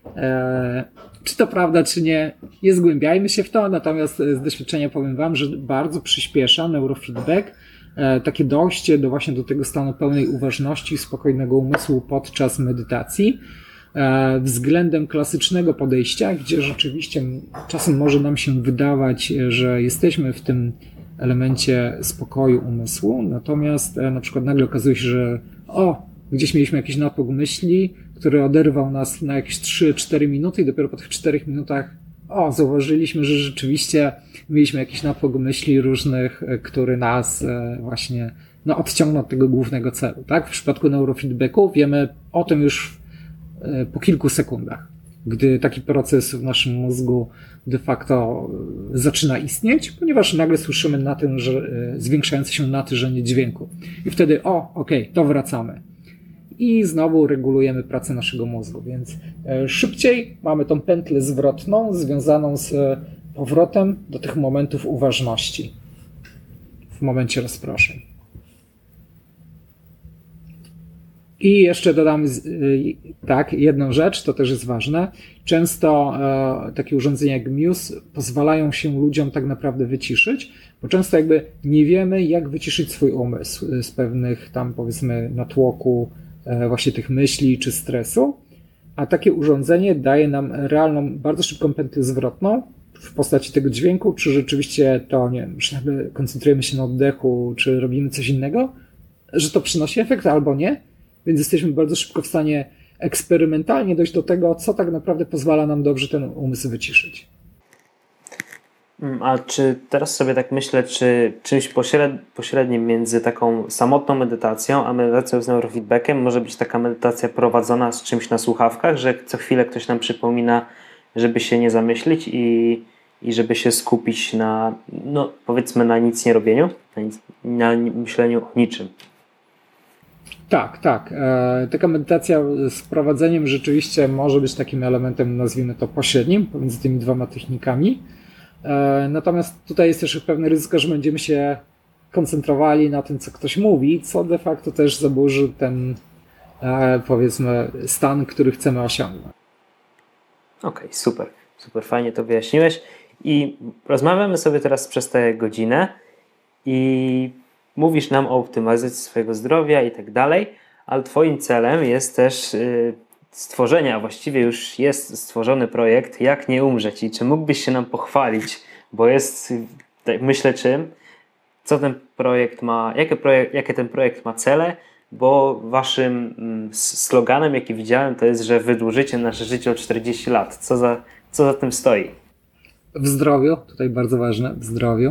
Czy to prawda, czy nie? Nie zgłębiajmy się w to, natomiast z doświadczenia powiem wam, że bardzo przyspiesza neurofeedback takie dojście do tego stanu pełnej uważności i spokojnego umysłu podczas medytacji. Względem klasycznego podejścia, gdzie rzeczywiście czasem może nam się wydawać, że jesteśmy w tym elemencie spokoju umysłu, natomiast na przykład nagle okazuje się, że gdzieś mieliśmy jakiś natłok myśli, który oderwał nas na jakieś 3-4 minuty i dopiero po tych 4 minutach zauważyliśmy, że rzeczywiście mieliśmy jakiś natłok myśli różnych, który nas właśnie odciągnął od tego głównego celu. Tak? W przypadku neurofeedbacku wiemy o tym już po kilku sekundach, gdy taki proces w naszym mózgu de facto zaczyna istnieć, ponieważ nagle słyszymy zwiększające się natężenie dźwięku. I wtedy, to wracamy. I znowu regulujemy pracę naszego mózgu, więc szybciej mamy tą pętlę zwrotną związaną z powrotem do tych momentów uważności w momencie rozproszeń. I jeszcze dodam tak, jedną rzecz, to też jest ważne. Często takie urządzenia jak Muse pozwalają się ludziom tak naprawdę wyciszyć, bo często jakby nie wiemy, jak wyciszyć swój umysł z pewnych tam, powiedzmy, natłoku właśnie tych myśli czy stresu, a takie urządzenie daje nam realną, bardzo szybką pętlę zwrotną w postaci tego dźwięku, czy rzeczywiście to, nie wiem, czy nagle koncentrujemy się na oddechu, czy robimy coś innego, że to przynosi efekt albo nie, więc jesteśmy bardzo szybko w stanie eksperymentalnie dojść do tego, co tak naprawdę pozwala nam dobrze ten umysł wyciszyć. A czy teraz sobie tak myślę, czy czymś pośrednim między taką samotną medytacją, a medytacją z neurofeedbackiem może być taka medytacja prowadzona z czymś na słuchawkach, że co chwilę ktoś nam przypomina, żeby się nie zamyślić i żeby się skupić na, no powiedzmy, na nic nie robieniu, na myśleniu o niczym. Tak. Taka medytacja z prowadzeniem rzeczywiście może być takim elementem, nazwijmy to pośrednim, pomiędzy tymi dwoma technikami. Natomiast tutaj jest też pewne ryzyko, że będziemy się koncentrowali na tym, co ktoś mówi, co de facto też zaburzy ten, powiedzmy, stan, który chcemy osiągnąć. Okej, super fajnie to wyjaśniłeś i rozmawiamy sobie teraz przez tę godzinę i mówisz nam o optymalizacji swojego zdrowia i tak dalej, ale twoim celem jest też stworzenie, a właściwie już jest stworzony projekt Jak nie umrzeć. I czy mógłbyś się nam pochwalić, bo jest, myślę, czym, co ten projekt ma, jakie ten projekt ma cele, bo waszym sloganem, jaki widziałem, to jest, że wydłużycie nasze życie o 40 lat. Co za tym stoi? W zdrowiu, tutaj bardzo ważne, w zdrowiu,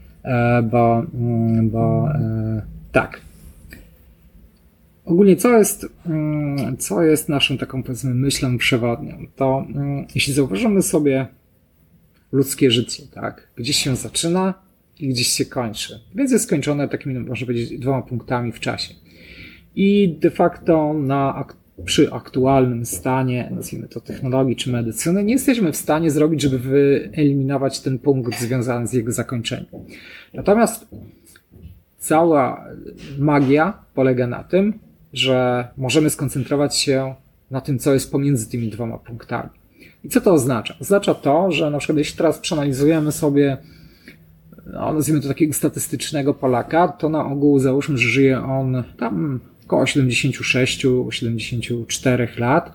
bo tak. Ogólnie co jest naszą taką, powiedzmy, myślą przewodnią, to jeśli zauważymy sobie ludzkie życie, tak, gdzieś się zaczyna i gdzieś się kończy, więc jest skończone takimi, można powiedzieć, 2 punktami w czasie. I de facto przy aktualnym stanie, nazwijmy to technologii czy medycyny, nie jesteśmy w stanie zrobić, żeby wyeliminować ten punkt związany z jego zakończeniem. Natomiast cała magia polega na tym, że możemy skoncentrować się na tym, co jest pomiędzy tymi 2 punktami. I co to oznacza? Oznacza to, że na przykład jeśli teraz przeanalizujemy sobie, nazwijmy to takiego statystycznego Polaka, to na ogół załóżmy, że żyje on tam około 76-74 lat.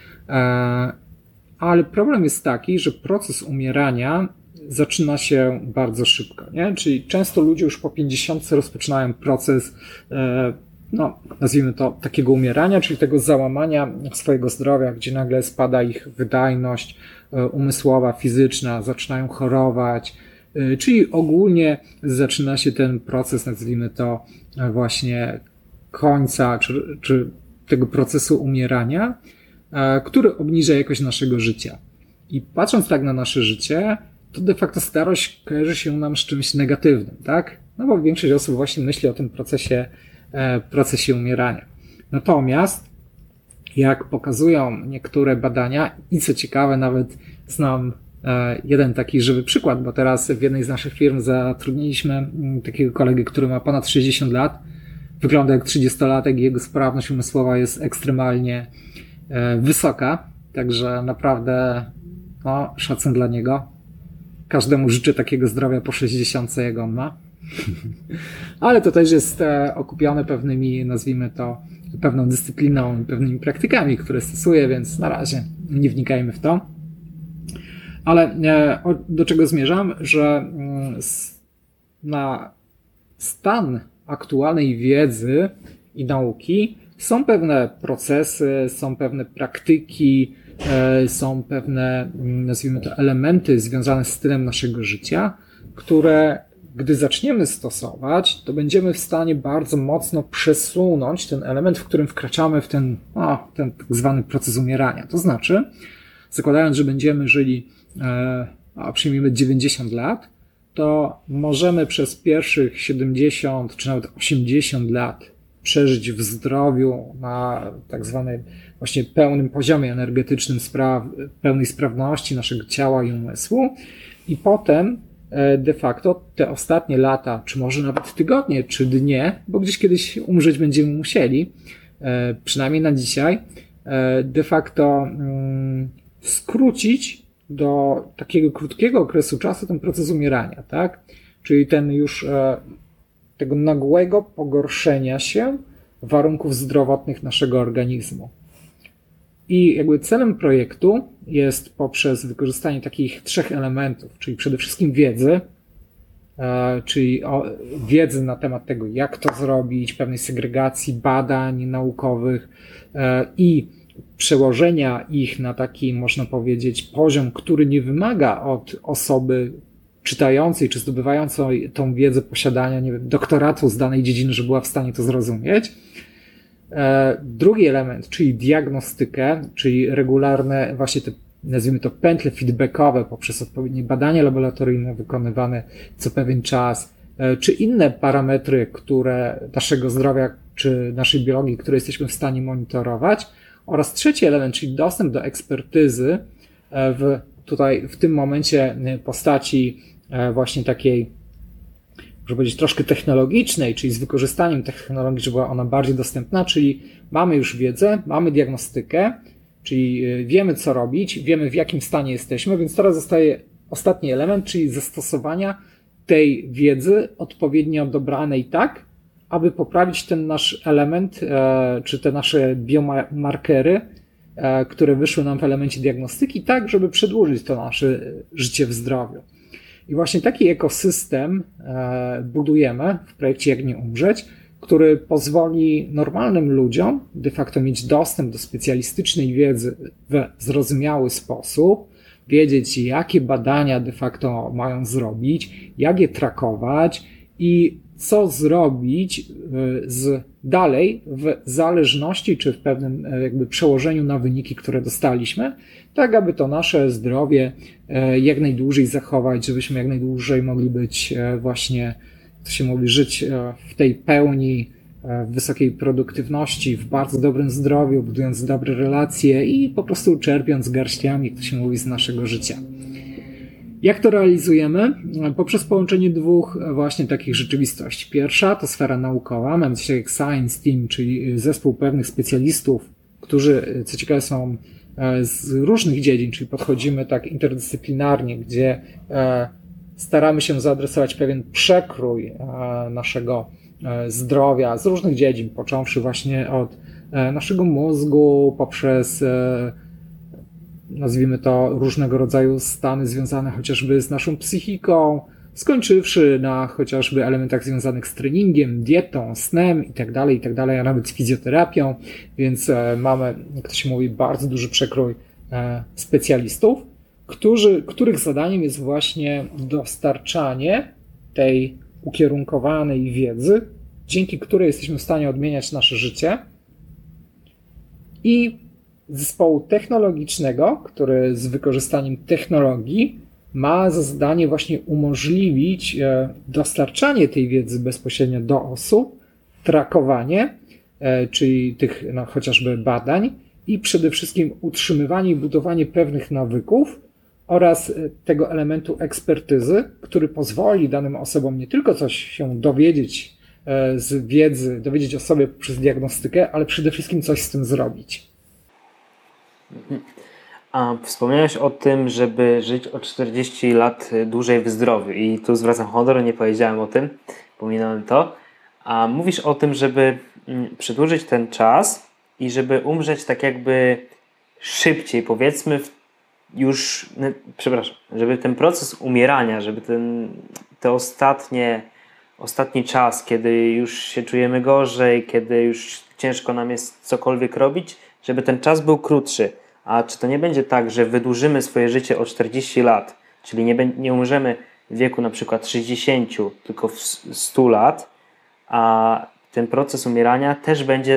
Ale problem jest taki, że proces umierania zaczyna się bardzo szybko, nie? Czyli często ludzie już po 50 rozpoczynają proces, nazwijmy to, takiego umierania, czyli tego załamania swojego zdrowia, gdzie nagle spada ich wydajność umysłowa, fizyczna, zaczynają chorować, czyli ogólnie zaczyna się ten proces, nazwijmy to, właśnie końca, czy tego procesu umierania, który obniża jakość naszego życia. I patrząc tak na nasze życie, to de facto starość kojarzy się nam z czymś negatywnym, tak? No bo większość osób właśnie myśli o tym procesie umierania. Natomiast, jak pokazują niektóre badania, i co ciekawe, nawet znam jeden taki żywy przykład, bo teraz w jednej z naszych firm zatrudniliśmy takiego kolegę, który ma ponad 60 lat, wygląda jak 30-latek i jego sprawność umysłowa jest ekstremalnie wysoka, także naprawdę szacun dla niego. Każdemu życzę takiego zdrowia po 60, jak on ma. Ale to też jest okupione pewnymi, nazwijmy to, pewną dyscypliną, pewnymi praktykami, które stosuje, więc na razie nie wnikajmy w to. Ale do czego zmierzam? Że na stan aktualnej wiedzy i nauki są pewne procesy, są pewne praktyki, są pewne, nazwijmy to, elementy związane z stylem naszego życia, które gdy zaczniemy stosować, to będziemy w stanie bardzo mocno przesunąć ten element, w którym wkraczamy w ten tak zwany proces umierania. To znaczy, zakładając, że będziemy żyli, przyjmijmy 90 lat, to możemy przez pierwszych 70 czy nawet 80 lat przeżyć w zdrowiu na tak zwanym właśnie pełnym poziomie energetycznym, pełnej sprawności naszego ciała i umysłu, i potem de facto te ostatnie lata, czy może nawet tygodnie, czy dnie, bo gdzieś kiedyś umrzeć będziemy musieli, przynajmniej na dzisiaj, de facto skrócić do takiego krótkiego okresu czasu ten proces umierania, tak? Czyli ten już tego nagłego pogorszenia się warunków zdrowotnych naszego organizmu. I jakby celem projektu jest poprzez wykorzystanie takich 3 elementów, czyli przede wszystkim wiedzy, czyli wiedzy na temat tego, jak to zrobić, pewnej segregacji badań naukowych i przełożenia ich na taki, można powiedzieć, poziom, który nie wymaga od osoby czytającej czy zdobywającej tą wiedzę posiadania, nie wiem, doktoratu z danej dziedziny, żeby była w stanie to zrozumieć. Drugi element, czyli diagnostykę, czyli regularne właśnie te, nazwijmy to, pętle feedbackowe poprzez odpowiednie badania laboratoryjne wykonywane co pewien czas, czy inne parametry, które naszego zdrowia czy naszej biologii, które jesteśmy w stanie monitorować. Oraz trzeci element, czyli dostęp do ekspertyzy tutaj w tym momencie postaci właśnie takiej, można powiedzieć, troszkę technologicznej, czyli z wykorzystaniem technologii, żeby była ona bardziej dostępna, czyli mamy już wiedzę, mamy diagnostykę, czyli wiemy, co robić, wiemy, w jakim stanie jesteśmy, więc teraz zostaje ostatni element, czyli zastosowania tej wiedzy odpowiednio dobranej tak, aby poprawić ten nasz element, czy te nasze biomarkery, które wyszły nam w elemencie diagnostyki, tak, żeby przedłużyć to nasze życie w zdrowiu. I właśnie taki ekosystem budujemy w projekcie Jak nie umrzeć, który pozwoli normalnym ludziom de facto mieć dostęp do specjalistycznej wiedzy w zrozumiały sposób, wiedzieć, jakie badania de facto mają zrobić, jak je trakować i co zrobić dalej w zależności czy w pewnym jakby przełożeniu na wyniki, które dostaliśmy, tak aby to nasze zdrowie jak najdłużej zachować, żebyśmy jak najdłużej mogli być właśnie, to się mówi, żyć w tej pełni, w wysokiej produktywności, w bardzo dobrym zdrowiu, budując dobre relacje i po prostu czerpiąc garściami, jak to się mówi, z naszego życia. Jak to realizujemy? Poprzez połączenie 2 właśnie takich rzeczywistości. Pierwsza to sfera naukowa. Mamy coś jak Science Team, czyli zespół pewnych specjalistów, którzy, co ciekawe, są z różnych dziedzin, czyli podchodzimy tak interdyscyplinarnie, gdzie staramy się zaadresować pewien przekrój naszego zdrowia z różnych dziedzin, począwszy właśnie od naszego mózgu, poprzez nazwijmy to różnego rodzaju stany związane chociażby z naszą psychiką, skończywszy na chociażby elementach związanych z treningiem, dietą, snem itd., a nawet fizjoterapią, więc mamy, jak to się mówi, bardzo duży przekrój specjalistów, których zadaniem jest właśnie dostarczanie tej ukierunkowanej wiedzy, dzięki której jesteśmy w stanie odmieniać nasze życie, i zespołu technologicznego, który z wykorzystaniem technologii ma za zadanie właśnie umożliwić dostarczanie tej wiedzy bezpośrednio do osób, trakowanie, czyli tych chociażby badań i przede wszystkim utrzymywanie i budowanie pewnych nawyków oraz tego elementu ekspertyzy, który pozwoli danym osobom nie tylko coś się dowiedzieć z wiedzy, dowiedzieć o sobie przez diagnostykę, ale przede wszystkim coś z tym zrobić. A wspomniałeś o tym, żeby żyć o 40 lat dłużej w zdrowiu i tu zwracam honor, nie powiedziałem o tym, pominąłem to. A mówisz o tym, żeby przedłużyć ten czas i żeby umrzeć tak jakby szybciej, powiedzmy żeby ten proces umierania, żeby te ostatni czas, kiedy już się czujemy gorzej, kiedy już ciężko nam jest cokolwiek robić, żeby ten czas był krótszy. A czy to nie będzie tak, że wydłużymy swoje życie o 40 lat, czyli nie umrzemy w wieku na przykład 60, tylko w 100 lat, a ten proces umierania też będzie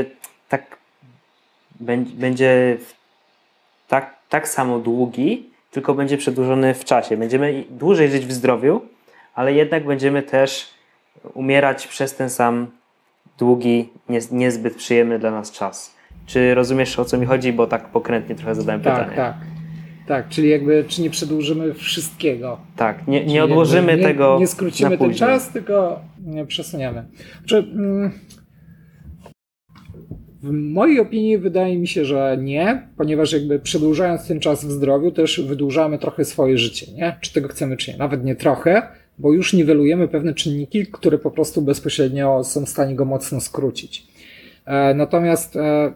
tak samo długi, tylko będzie przedłużony w czasie. Będziemy dłużej żyć w zdrowiu, ale jednak będziemy też umierać przez ten sam długi, niezbyt przyjemny dla nas czas. Czy rozumiesz, o co mi chodzi? Bo tak pokrętnie trochę zadałem pytanie. Tak, czyli jakby, czy nie przedłużymy wszystkiego. Tak, nie odłożymy tego. Nie skrócimy ten czas, tylko przesuniemy. W mojej opinii wydaje mi się, że nie, ponieważ jakby przedłużając ten czas w zdrowiu też wydłużamy trochę swoje życie, nie? Czy tego chcemy, czy nie. Nawet nie trochę, bo już niwelujemy pewne czynniki, które po prostu bezpośrednio są w stanie go mocno skrócić. Natomiast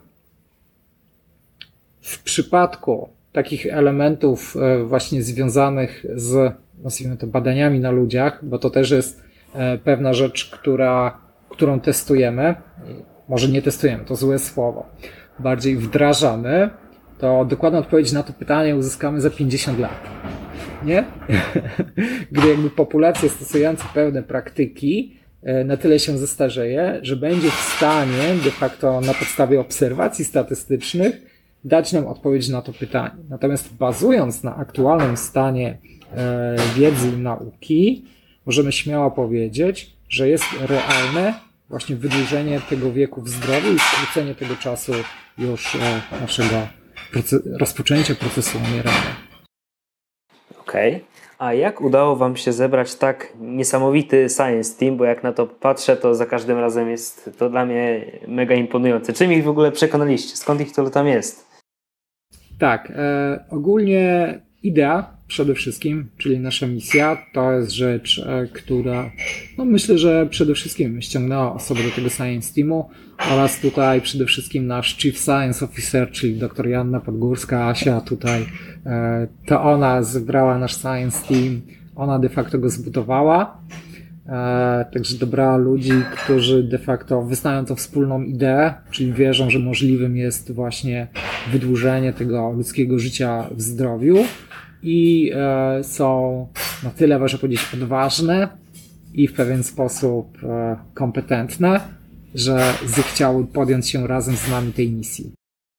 w przypadku takich elementów właśnie związanych z, nazwijmy to, badaniami na ludziach, bo to też jest pewna rzecz, którą testujemy, może nie testujemy, to złe słowo, bardziej wdrażamy, to dokładną odpowiedź na to pytanie uzyskamy za 50 lat. Nie? Gdy jakby populacja stosująca pewne praktyki na tyle się zestarzeje, że będzie w stanie de facto na podstawie obserwacji statystycznych dać nam odpowiedź na to pytanie. Natomiast bazując na aktualnym stanie wiedzy i nauki, możemy śmiało powiedzieć, że jest realne właśnie wydłużenie tego wieku w zdrowiu i skrócenie tego czasu już naszego rozpoczęcia procesu umierania. Okej. A jak udało Wam się zebrać tak niesamowity science team, bo jak na to patrzę, to za każdym razem jest to dla mnie mega imponujące. Czym ich w ogóle przekonaliście? Skąd ich tyle tam jest? Tak, ogólnie idea przede wszystkim, czyli nasza misja, to jest rzecz, która myślę, że przede wszystkim ściągnęła osoby do tego Science Teamu oraz tutaj przede wszystkim nasz Chief Science Officer, czyli dr Joanna Podgórska, Asia tutaj, to ona zebrała nasz Science Team, ona de facto go zbudowała, także dobrała ludzi, którzy de facto wyznają tą wspólną ideę, czyli wierzą, że możliwym jest właśnie wydłużenie tego ludzkiego życia w zdrowiu i są na tyle, można powiedzieć, odważne i w pewien sposób kompetentne, że zechciały podjąć się razem z nami tej misji.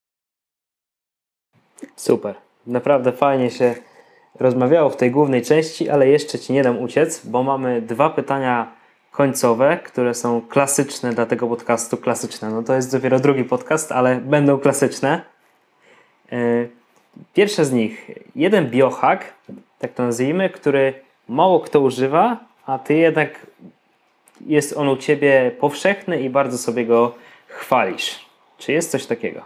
Super. Naprawdę fajnie się rozmawiało w tej głównej części, ale jeszcze Ci nie dam uciec, bo mamy 2 pytania końcowe, które są klasyczne dla tego podcastu. Klasyczne, no to jest dopiero drugi podcast, ale będą klasyczne. Pierwsze z nich, jeden biohack, tak to nazwijmy, który mało kto używa, a Ty jednak jest on u Ciebie powszechny i bardzo sobie go chwalisz. Czy jest coś takiego?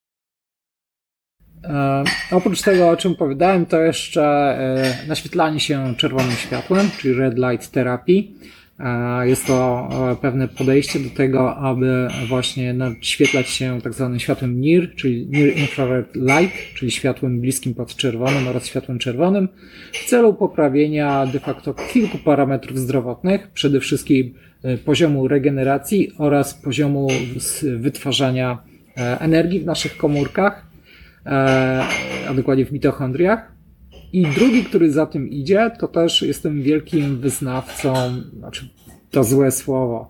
Oprócz tego, o czym powiedziałem, to jeszcze naświetlanie się czerwonym światłem, czyli red light therapy. Jest to pewne podejście do tego, aby właśnie naświetlać się tak zwanym światłem NIR, czyli Near Infrared Light, czyli światłem bliskim podczerwonym oraz światłem czerwonym, w celu poprawienia de facto kilku parametrów zdrowotnych, przede wszystkim poziomu regeneracji oraz poziomu wytwarzania energii w naszych komórkach, a dokładnie w mitochondriach. I drugi, który za tym idzie, to też jestem wielkim wyznawcą, znaczy to złe słowo,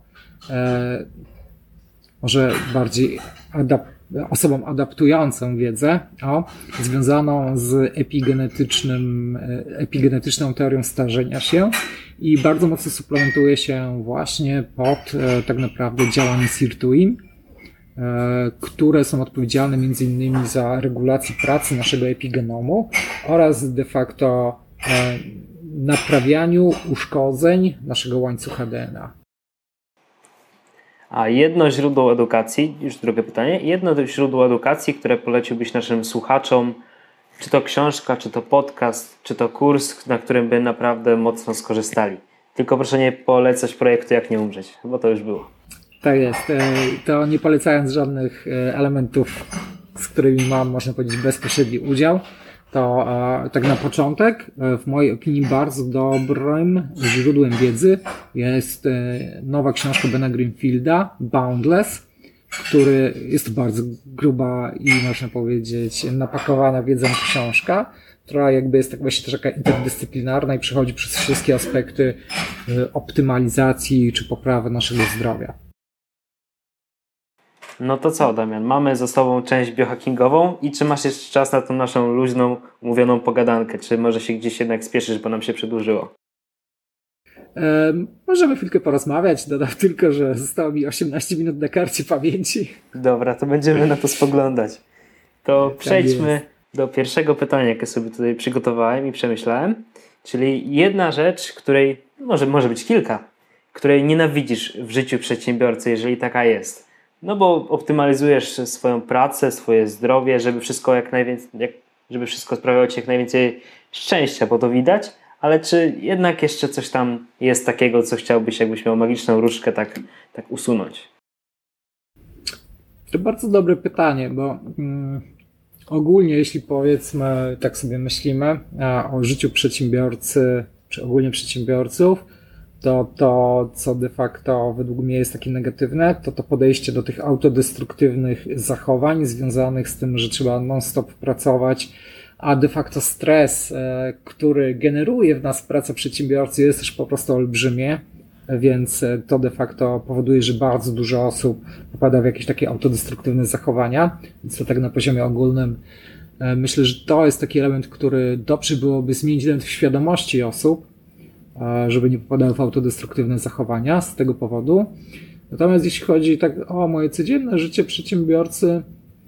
może bardziej osobą adaptującą wiedzę, związaną z epigenetyczną teorią starzenia się i bardzo mocno suplementuje się właśnie pod tak naprawdę działanie sirtuin, które są odpowiedzialne między innymi za regulację pracy naszego epigenomu oraz de facto naprawianiu uszkodzeń naszego łańcucha DNA. A jedno źródło edukacji, już drugie pytanie, jedno źródło edukacji, które poleciłbyś naszym słuchaczom, czy to książka, czy to podcast, czy to kurs, na którym by naprawdę mocno skorzystali. Tylko proszę nie polecać projektu Jak nie umrzeć, bo to już było. Tak jest. To nie polecając żadnych elementów, z którymi mam, można powiedzieć, bezpośredni udział, to tak na początek, w mojej opinii bardzo dobrym źródłem wiedzy jest nowa książka Bena Greenfielda, Boundless, który jest bardzo gruba i można powiedzieć napakowana wiedzą książka, która jakby jest tak właśnie też taka interdyscyplinarna i przechodzi przez wszystkie aspekty optymalizacji czy poprawy naszego zdrowia. No to co, Damian? Mamy za sobą część biohackingową i czy masz jeszcze czas na tą naszą luźną, umówioną pogadankę? Czy może się gdzieś jednak spieszysz, bo nam się przedłużyło? Możemy chwilkę porozmawiać. Dodam tylko, że zostało mi 18 minut na karcie pamięci. Dobra, to będziemy na to spoglądać. To przejdźmy do pierwszego pytania, jakie sobie tutaj przygotowałem i przemyślałem. Czyli jedna rzecz, której, może być kilka, której nienawidzisz w życiu przedsiębiorcy, jeżeli taka jest. No bo optymalizujesz swoją pracę, swoje zdrowie, żeby wszystko żeby wszystko sprawiało ci jak najwięcej szczęścia, bo to widać, ale czy jednak jeszcze coś tam jest takiego, co chciałbyś, jakbyś miał magiczną różdżkę tak usunąć? To bardzo dobre pytanie, bo ogólnie jeśli powiedzmy, tak sobie myślimy o życiu przedsiębiorcy, czy ogólnie przedsiębiorców, to co de facto według mnie jest takie negatywne, to podejście do tych autodestruktywnych zachowań związanych z tym, że trzeba non-stop pracować, a de facto stres, który generuje w nas praca przedsiębiorcy, jest też po prostu olbrzymie, więc to de facto powoduje, że bardzo dużo osób popada w jakieś takie autodestruktywne zachowania, więc to tak na poziomie ogólnym myślę, że to jest taki element, który dobrze byłoby zmienić element w świadomości osób, żeby nie popadały w autodestruktywne zachowania z tego powodu. Natomiast jeśli chodzi tak o moje codzienne życie przedsiębiorcy,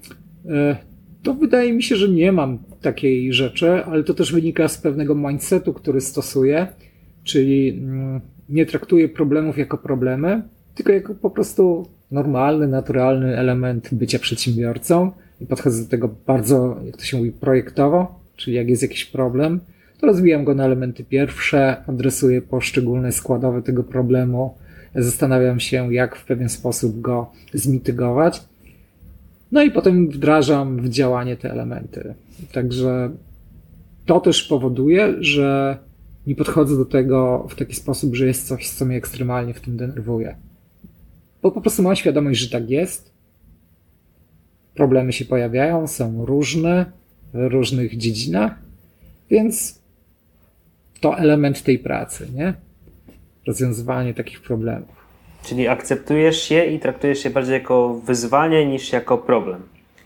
to wydaje mi się, że nie mam takiej rzeczy, ale to też wynika z pewnego mindsetu, który stosuję, czyli nie traktuję problemów jako problemy, tylko jako po prostu normalny, naturalny element bycia przedsiębiorcą i podchodzę do tego bardzo, jak to się mówi, projektowo, czyli jak jest jakiś problem, to rozbijam go na elementy pierwsze, adresuję poszczególne składowe tego problemu, zastanawiam się, jak w pewien sposób go zmitygować, no i potem wdrażam w działanie te elementy. Także to też powoduje, że nie podchodzę do tego w taki sposób, że jest coś, co mnie ekstremalnie w tym denerwuje. Bo po prostu mam świadomość, że tak jest. Problemy się pojawiają, są różne w różnych dziedzinach, więc to element tej pracy, nie? Rozwiązywanie takich problemów. Czyli akceptujesz je i traktujesz je bardziej jako wyzwanie niż jako problem.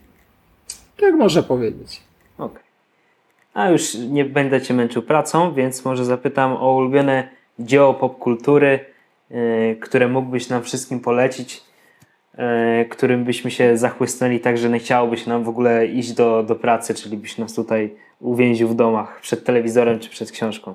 Tak można powiedzieć. Okej. A już nie będę cię męczył pracą, więc może zapytam o ulubione dzieło popkultury, które mógłbyś nam wszystkim polecić, którym byśmy się zachłysnęli tak, że nie chciałoby się nam w ogóle iść do pracy, czyli byś nas tutaj uwięził w domach, przed telewizorem czy przed książką.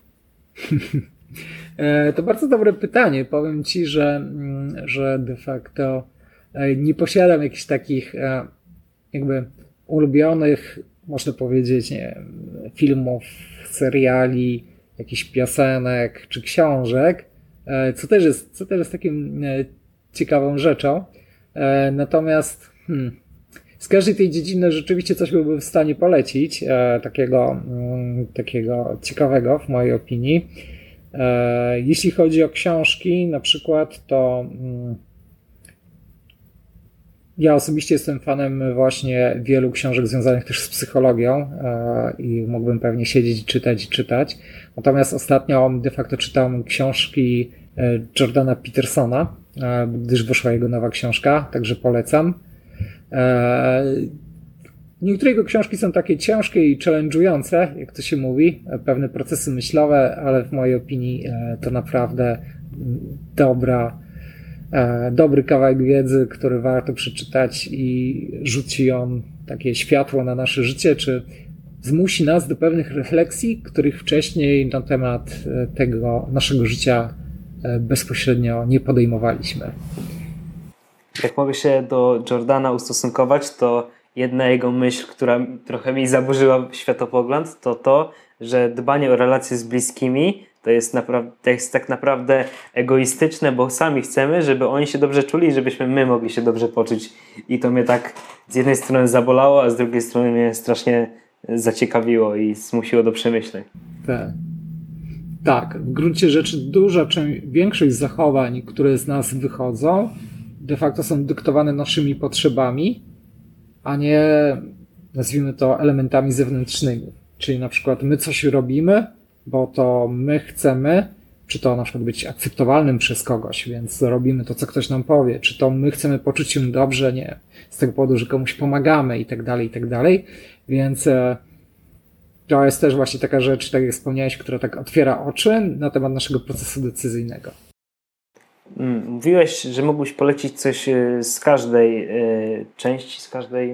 To bardzo dobre pytanie. Powiem ci, że de facto nie posiadam jakichś takich jakby ulubionych, można powiedzieć, nie wiem, filmów, seriali, jakichś piosenek czy książek, co też jest takim ciekawą rzeczą. Natomiast z każdej tej dziedziny rzeczywiście coś byłbym w stanie polecić, takiego ciekawego w mojej opinii. Jeśli chodzi o książki na przykład, to ja osobiście jestem fanem właśnie wielu książek związanych też z psychologią i mógłbym pewnie siedzieć i czytać. Natomiast ostatnio de facto czytałem książki Jordana Petersona, gdyż wyszła jego nowa książka, także polecam. Niektóre jego książki są takie ciężkie i challenge'ujące, jak to się mówi, pewne procesy myślowe, ale w mojej opinii to naprawdę dobry kawałek wiedzy, który warto przeczytać i rzuci on takie światło na nasze życie, czy zmusi nas do pewnych refleksji, których wcześniej na temat tego naszego życia bezpośrednio nie podejmowaliśmy. Jak mogę się do Jordana ustosunkować, to jedna jego myśl, która trochę mi zaburzyła światopogląd, to, że dbanie o relacje z bliskimi to jest tak naprawdę egoistyczne, bo sami chcemy, żeby oni się dobrze czuli i żebyśmy my mogli się dobrze poczuć. I to mnie tak z jednej strony zabolało, a z drugiej strony mnie strasznie zaciekawiło i zmusiło do przemyśleń. Tak, w gruncie rzeczy większość zachowań, które z nas wychodzą, de facto są dyktowane naszymi potrzebami, a nie, nazwijmy to, elementami zewnętrznymi. Czyli na przykład my coś robimy, bo to my chcemy, czy to na przykład być akceptowalnym przez kogoś, więc robimy to, co ktoś nam powie, czy to my chcemy poczuć się dobrze, nie, z tego powodu, że komuś pomagamy i tak dalej, więc to jest też właśnie taka rzecz, tak jak wspomniałeś, która tak otwiera oczy na temat naszego procesu decyzyjnego. Mówiłeś, że mógłbyś polecić coś z każdej części, z każdej,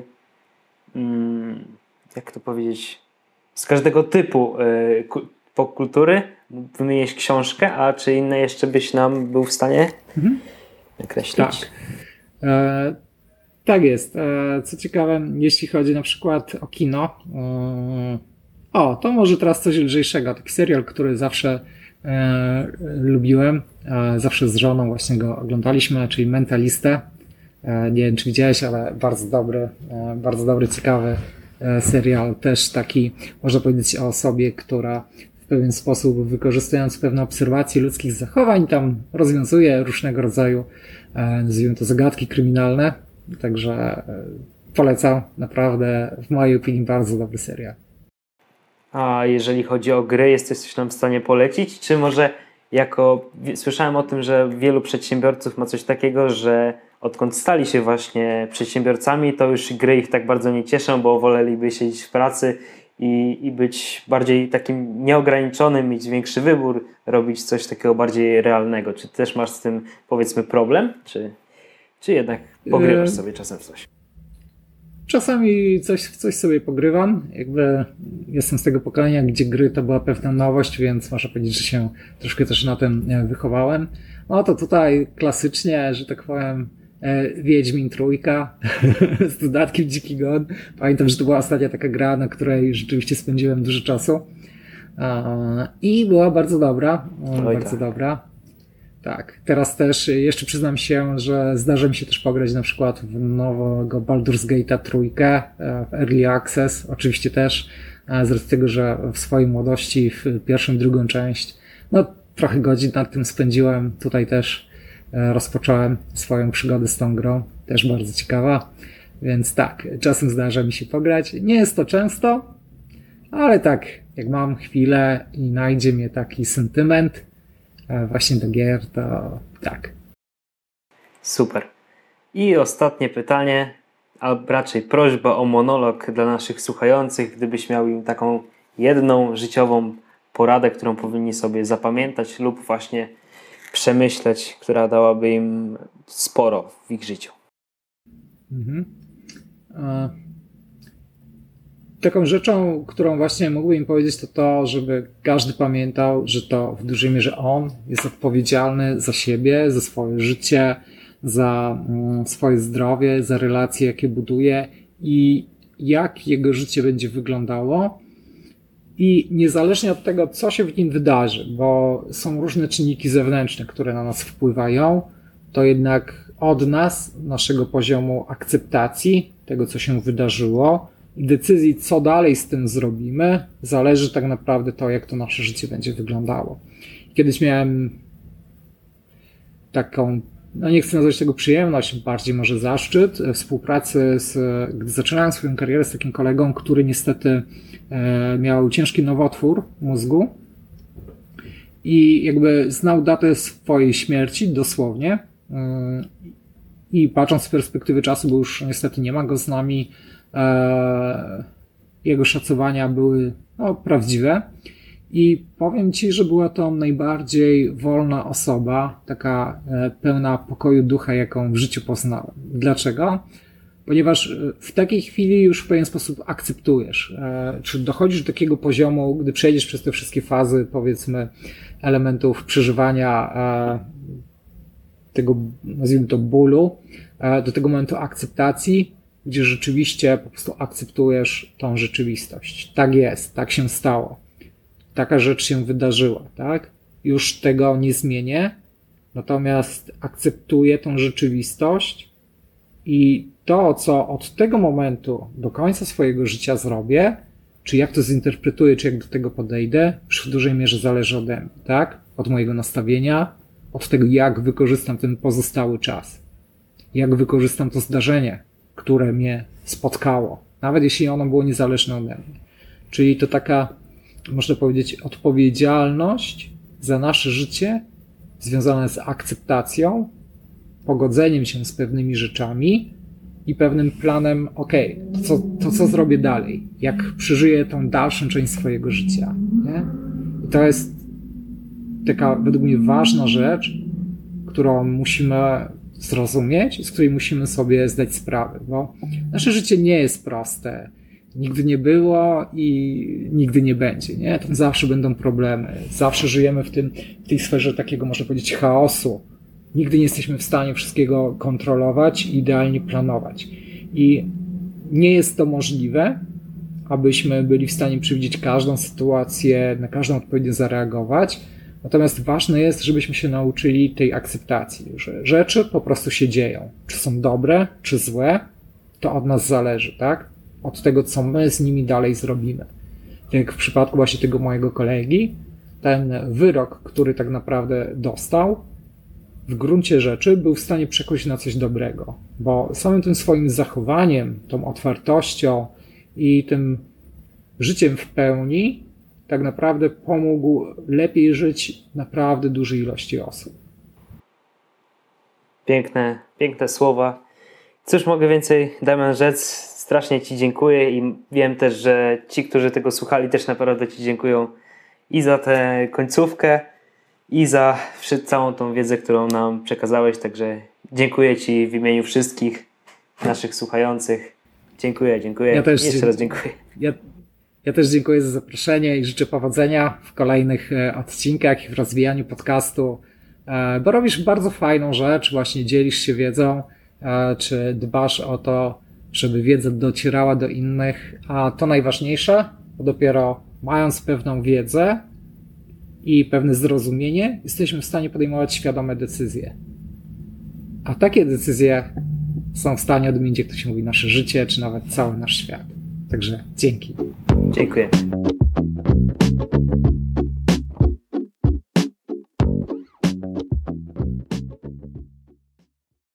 jak to powiedzieć, z każdego typu popkultury. Wymieniłeś książkę, a czy inne jeszcze byś nam był w stanie nakreślić? Tak. Tak jest. Co ciekawe, jeśli chodzi na przykład o kino, to może teraz coś lżejszego. Taki serial, który zawsze lubiłem, zawsze z żoną właśnie go oglądaliśmy, czyli Mentalistę. Nie wiem, czy widziałeś, ale bardzo dobry, ciekawy serial. Też taki, można powiedzieć, o osobie, która w pewien sposób, wykorzystując pewne obserwacje ludzkich zachowań, tam rozwiązuje różnego rodzaju, nazwijmy to, zagadki kryminalne. Także polecam, naprawdę, w mojej opinii, bardzo dobry serial. A jeżeli chodzi o gry, jesteś coś nam w stanie polecić? Czy może słyszałem o tym, że wielu przedsiębiorców ma coś takiego, że odkąd stali się właśnie przedsiębiorcami, to już gry ich tak bardzo nie cieszą, bo woleliby siedzieć w pracy i być bardziej takim nieograniczonym, mieć większy wybór, robić coś takiego bardziej realnego. Czy też masz z tym, powiedzmy, problem? Czy jednak pogrywasz sobie czasem w coś? Czasami coś sobie pogrywam. Jakby jestem z tego pokolenia, gdzie gry to była pewna nowość, więc można powiedzieć, że się troszkę też na tym wychowałem. No to tutaj klasycznie, że tak powiem, Wiedźmin Trójka z dodatkiem Dziki Gon. Pamiętam, że to była ostatnia taka gra, na której rzeczywiście spędziłem dużo czasu. I była bardzo dobra. Dobra. Tak, teraz też jeszcze przyznam się, że zdarza mi się też pograć na przykład w nowego Baldur's Gate'a trójkę, w Early Access, oczywiście też, z racji tego, że w swojej młodości w pierwszą, drugą część, trochę godzin nad tym spędziłem, tutaj też rozpocząłem swoją przygodę z tą grą, też bardzo ciekawa, więc tak, czasem zdarza mi się pograć, nie jest to często, ale tak, jak mam chwilę i najdzie mnie taki sentyment właśnie do gier, to tak. Super. I ostatnie pytanie, a raczej prośba o monolog dla naszych słuchających, gdybyś miał im taką jedną życiową poradę, którą powinni sobie zapamiętać lub właśnie przemyśleć, która dałaby im sporo w ich życiu. Taką rzeczą, którą właśnie mógłbym im powiedzieć, to, żeby każdy pamiętał, że to w dużej mierze on jest odpowiedzialny za siebie, za swoje życie, za swoje zdrowie, za relacje, jakie buduje i jak jego życie będzie wyglądało. I niezależnie od tego, co się w nim wydarzy, bo są różne czynniki zewnętrzne, które na nas wpływają, to jednak od nas, naszego poziomu akceptacji tego, co się wydarzyło, i decyzji, co dalej z tym zrobimy, zależy tak naprawdę to, jak to nasze życie będzie wyglądało. Kiedyś miałem taką, nie chcę nazwać tego przyjemność, bardziej może zaszczyt, współpracy gdy zaczynałem swoją karierę z takim kolegą, który niestety miał ciężki nowotwór mózgu i jakby znał datę swojej śmierci dosłownie i patrząc z perspektywy czasu, bo już niestety nie ma go z nami, jego szacowania były prawdziwe i powiem Ci, że była to najbardziej wolna osoba, taka pełna pokoju ducha, jaką w życiu poznałem. Dlaczego? Ponieważ w takiej chwili już w pewien sposób akceptujesz, czy dochodzisz do takiego poziomu, gdy przejdziesz przez te wszystkie fazy, powiedzmy, elementów przeżywania tego, nazwijmy to, bólu, do tego momentu akceptacji, gdzie rzeczywiście po prostu akceptujesz tą rzeczywistość. Tak jest, tak się stało. Taka rzecz się wydarzyła, tak? Już tego nie zmienię, natomiast akceptuję tą rzeczywistość i to, co od tego momentu do końca swojego życia zrobię, czy jak to zinterpretuję, czy jak do tego podejdę, już w dużej mierze zależy ode mnie, tak? Od mojego nastawienia, od tego, jak wykorzystam ten pozostały czas. Jak wykorzystam to zdarzenie, które mnie spotkało, nawet jeśli ono było niezależne ode mnie. Czyli to taka, można powiedzieć, odpowiedzialność za nasze życie związana z akceptacją, pogodzeniem się z pewnymi rzeczami i pewnym planem, to co zrobię dalej, jak przeżyję tą dalszą część swojego życia. Nie? I to jest taka, według mnie, ważna rzecz, którą musimy zrozumieć i z której musimy sobie zdać sprawę, bo nasze życie nie jest proste. Nigdy nie było i nigdy nie będzie, nie? Tam zawsze będą problemy. Zawsze żyjemy w tej sferze takiego, można powiedzieć, chaosu, Nigdy nie jesteśmy w stanie wszystkiego kontrolować i idealnie planować. I nie jest to możliwe, abyśmy byli w stanie przewidzieć każdą sytuację, na każdą odpowiednio zareagować. Natomiast ważne jest, żebyśmy się nauczyli tej akceptacji, że rzeczy po prostu się dzieją. Czy są dobre, czy złe, to od nas zależy, tak? Od tego, co my z nimi dalej zrobimy. Tak jak w przypadku właśnie tego mojego kolegi, ten wyrok, który tak naprawdę dostał, w gruncie rzeczy był w stanie przekuć na coś dobrego, bo samym tym swoim zachowaniem, tą otwartością i tym życiem w pełni tak naprawdę pomógł lepiej żyć naprawdę dużej ilości osób. Piękne słowa. Cóż mogę więcej, Damian, rzec? Strasznie Ci dziękuję i wiem też, że ci, którzy tego słuchali, też naprawdę Ci dziękują i za tę końcówkę, i za całą tą wiedzę, którą nam przekazałeś. Także dziękuję Ci w imieniu wszystkich naszych słuchających. Dziękuję. Ja też jeszcze raz dziękuję. Ja też dziękuję za zaproszenie i życzę powodzenia w kolejnych odcinkach i w rozwijaniu podcastu, bo robisz bardzo fajną rzecz, właśnie dzielisz się wiedzą, czy dbasz o to, żeby wiedza docierała do innych, a to najważniejsze, bo dopiero mając pewną wiedzę i pewne zrozumienie, jesteśmy w stanie podejmować świadome decyzje. A takie decyzje są w stanie odmienić, jak to się mówi, nasze życie, czy nawet cały nasz świat. Także dzięki. Dziękuję.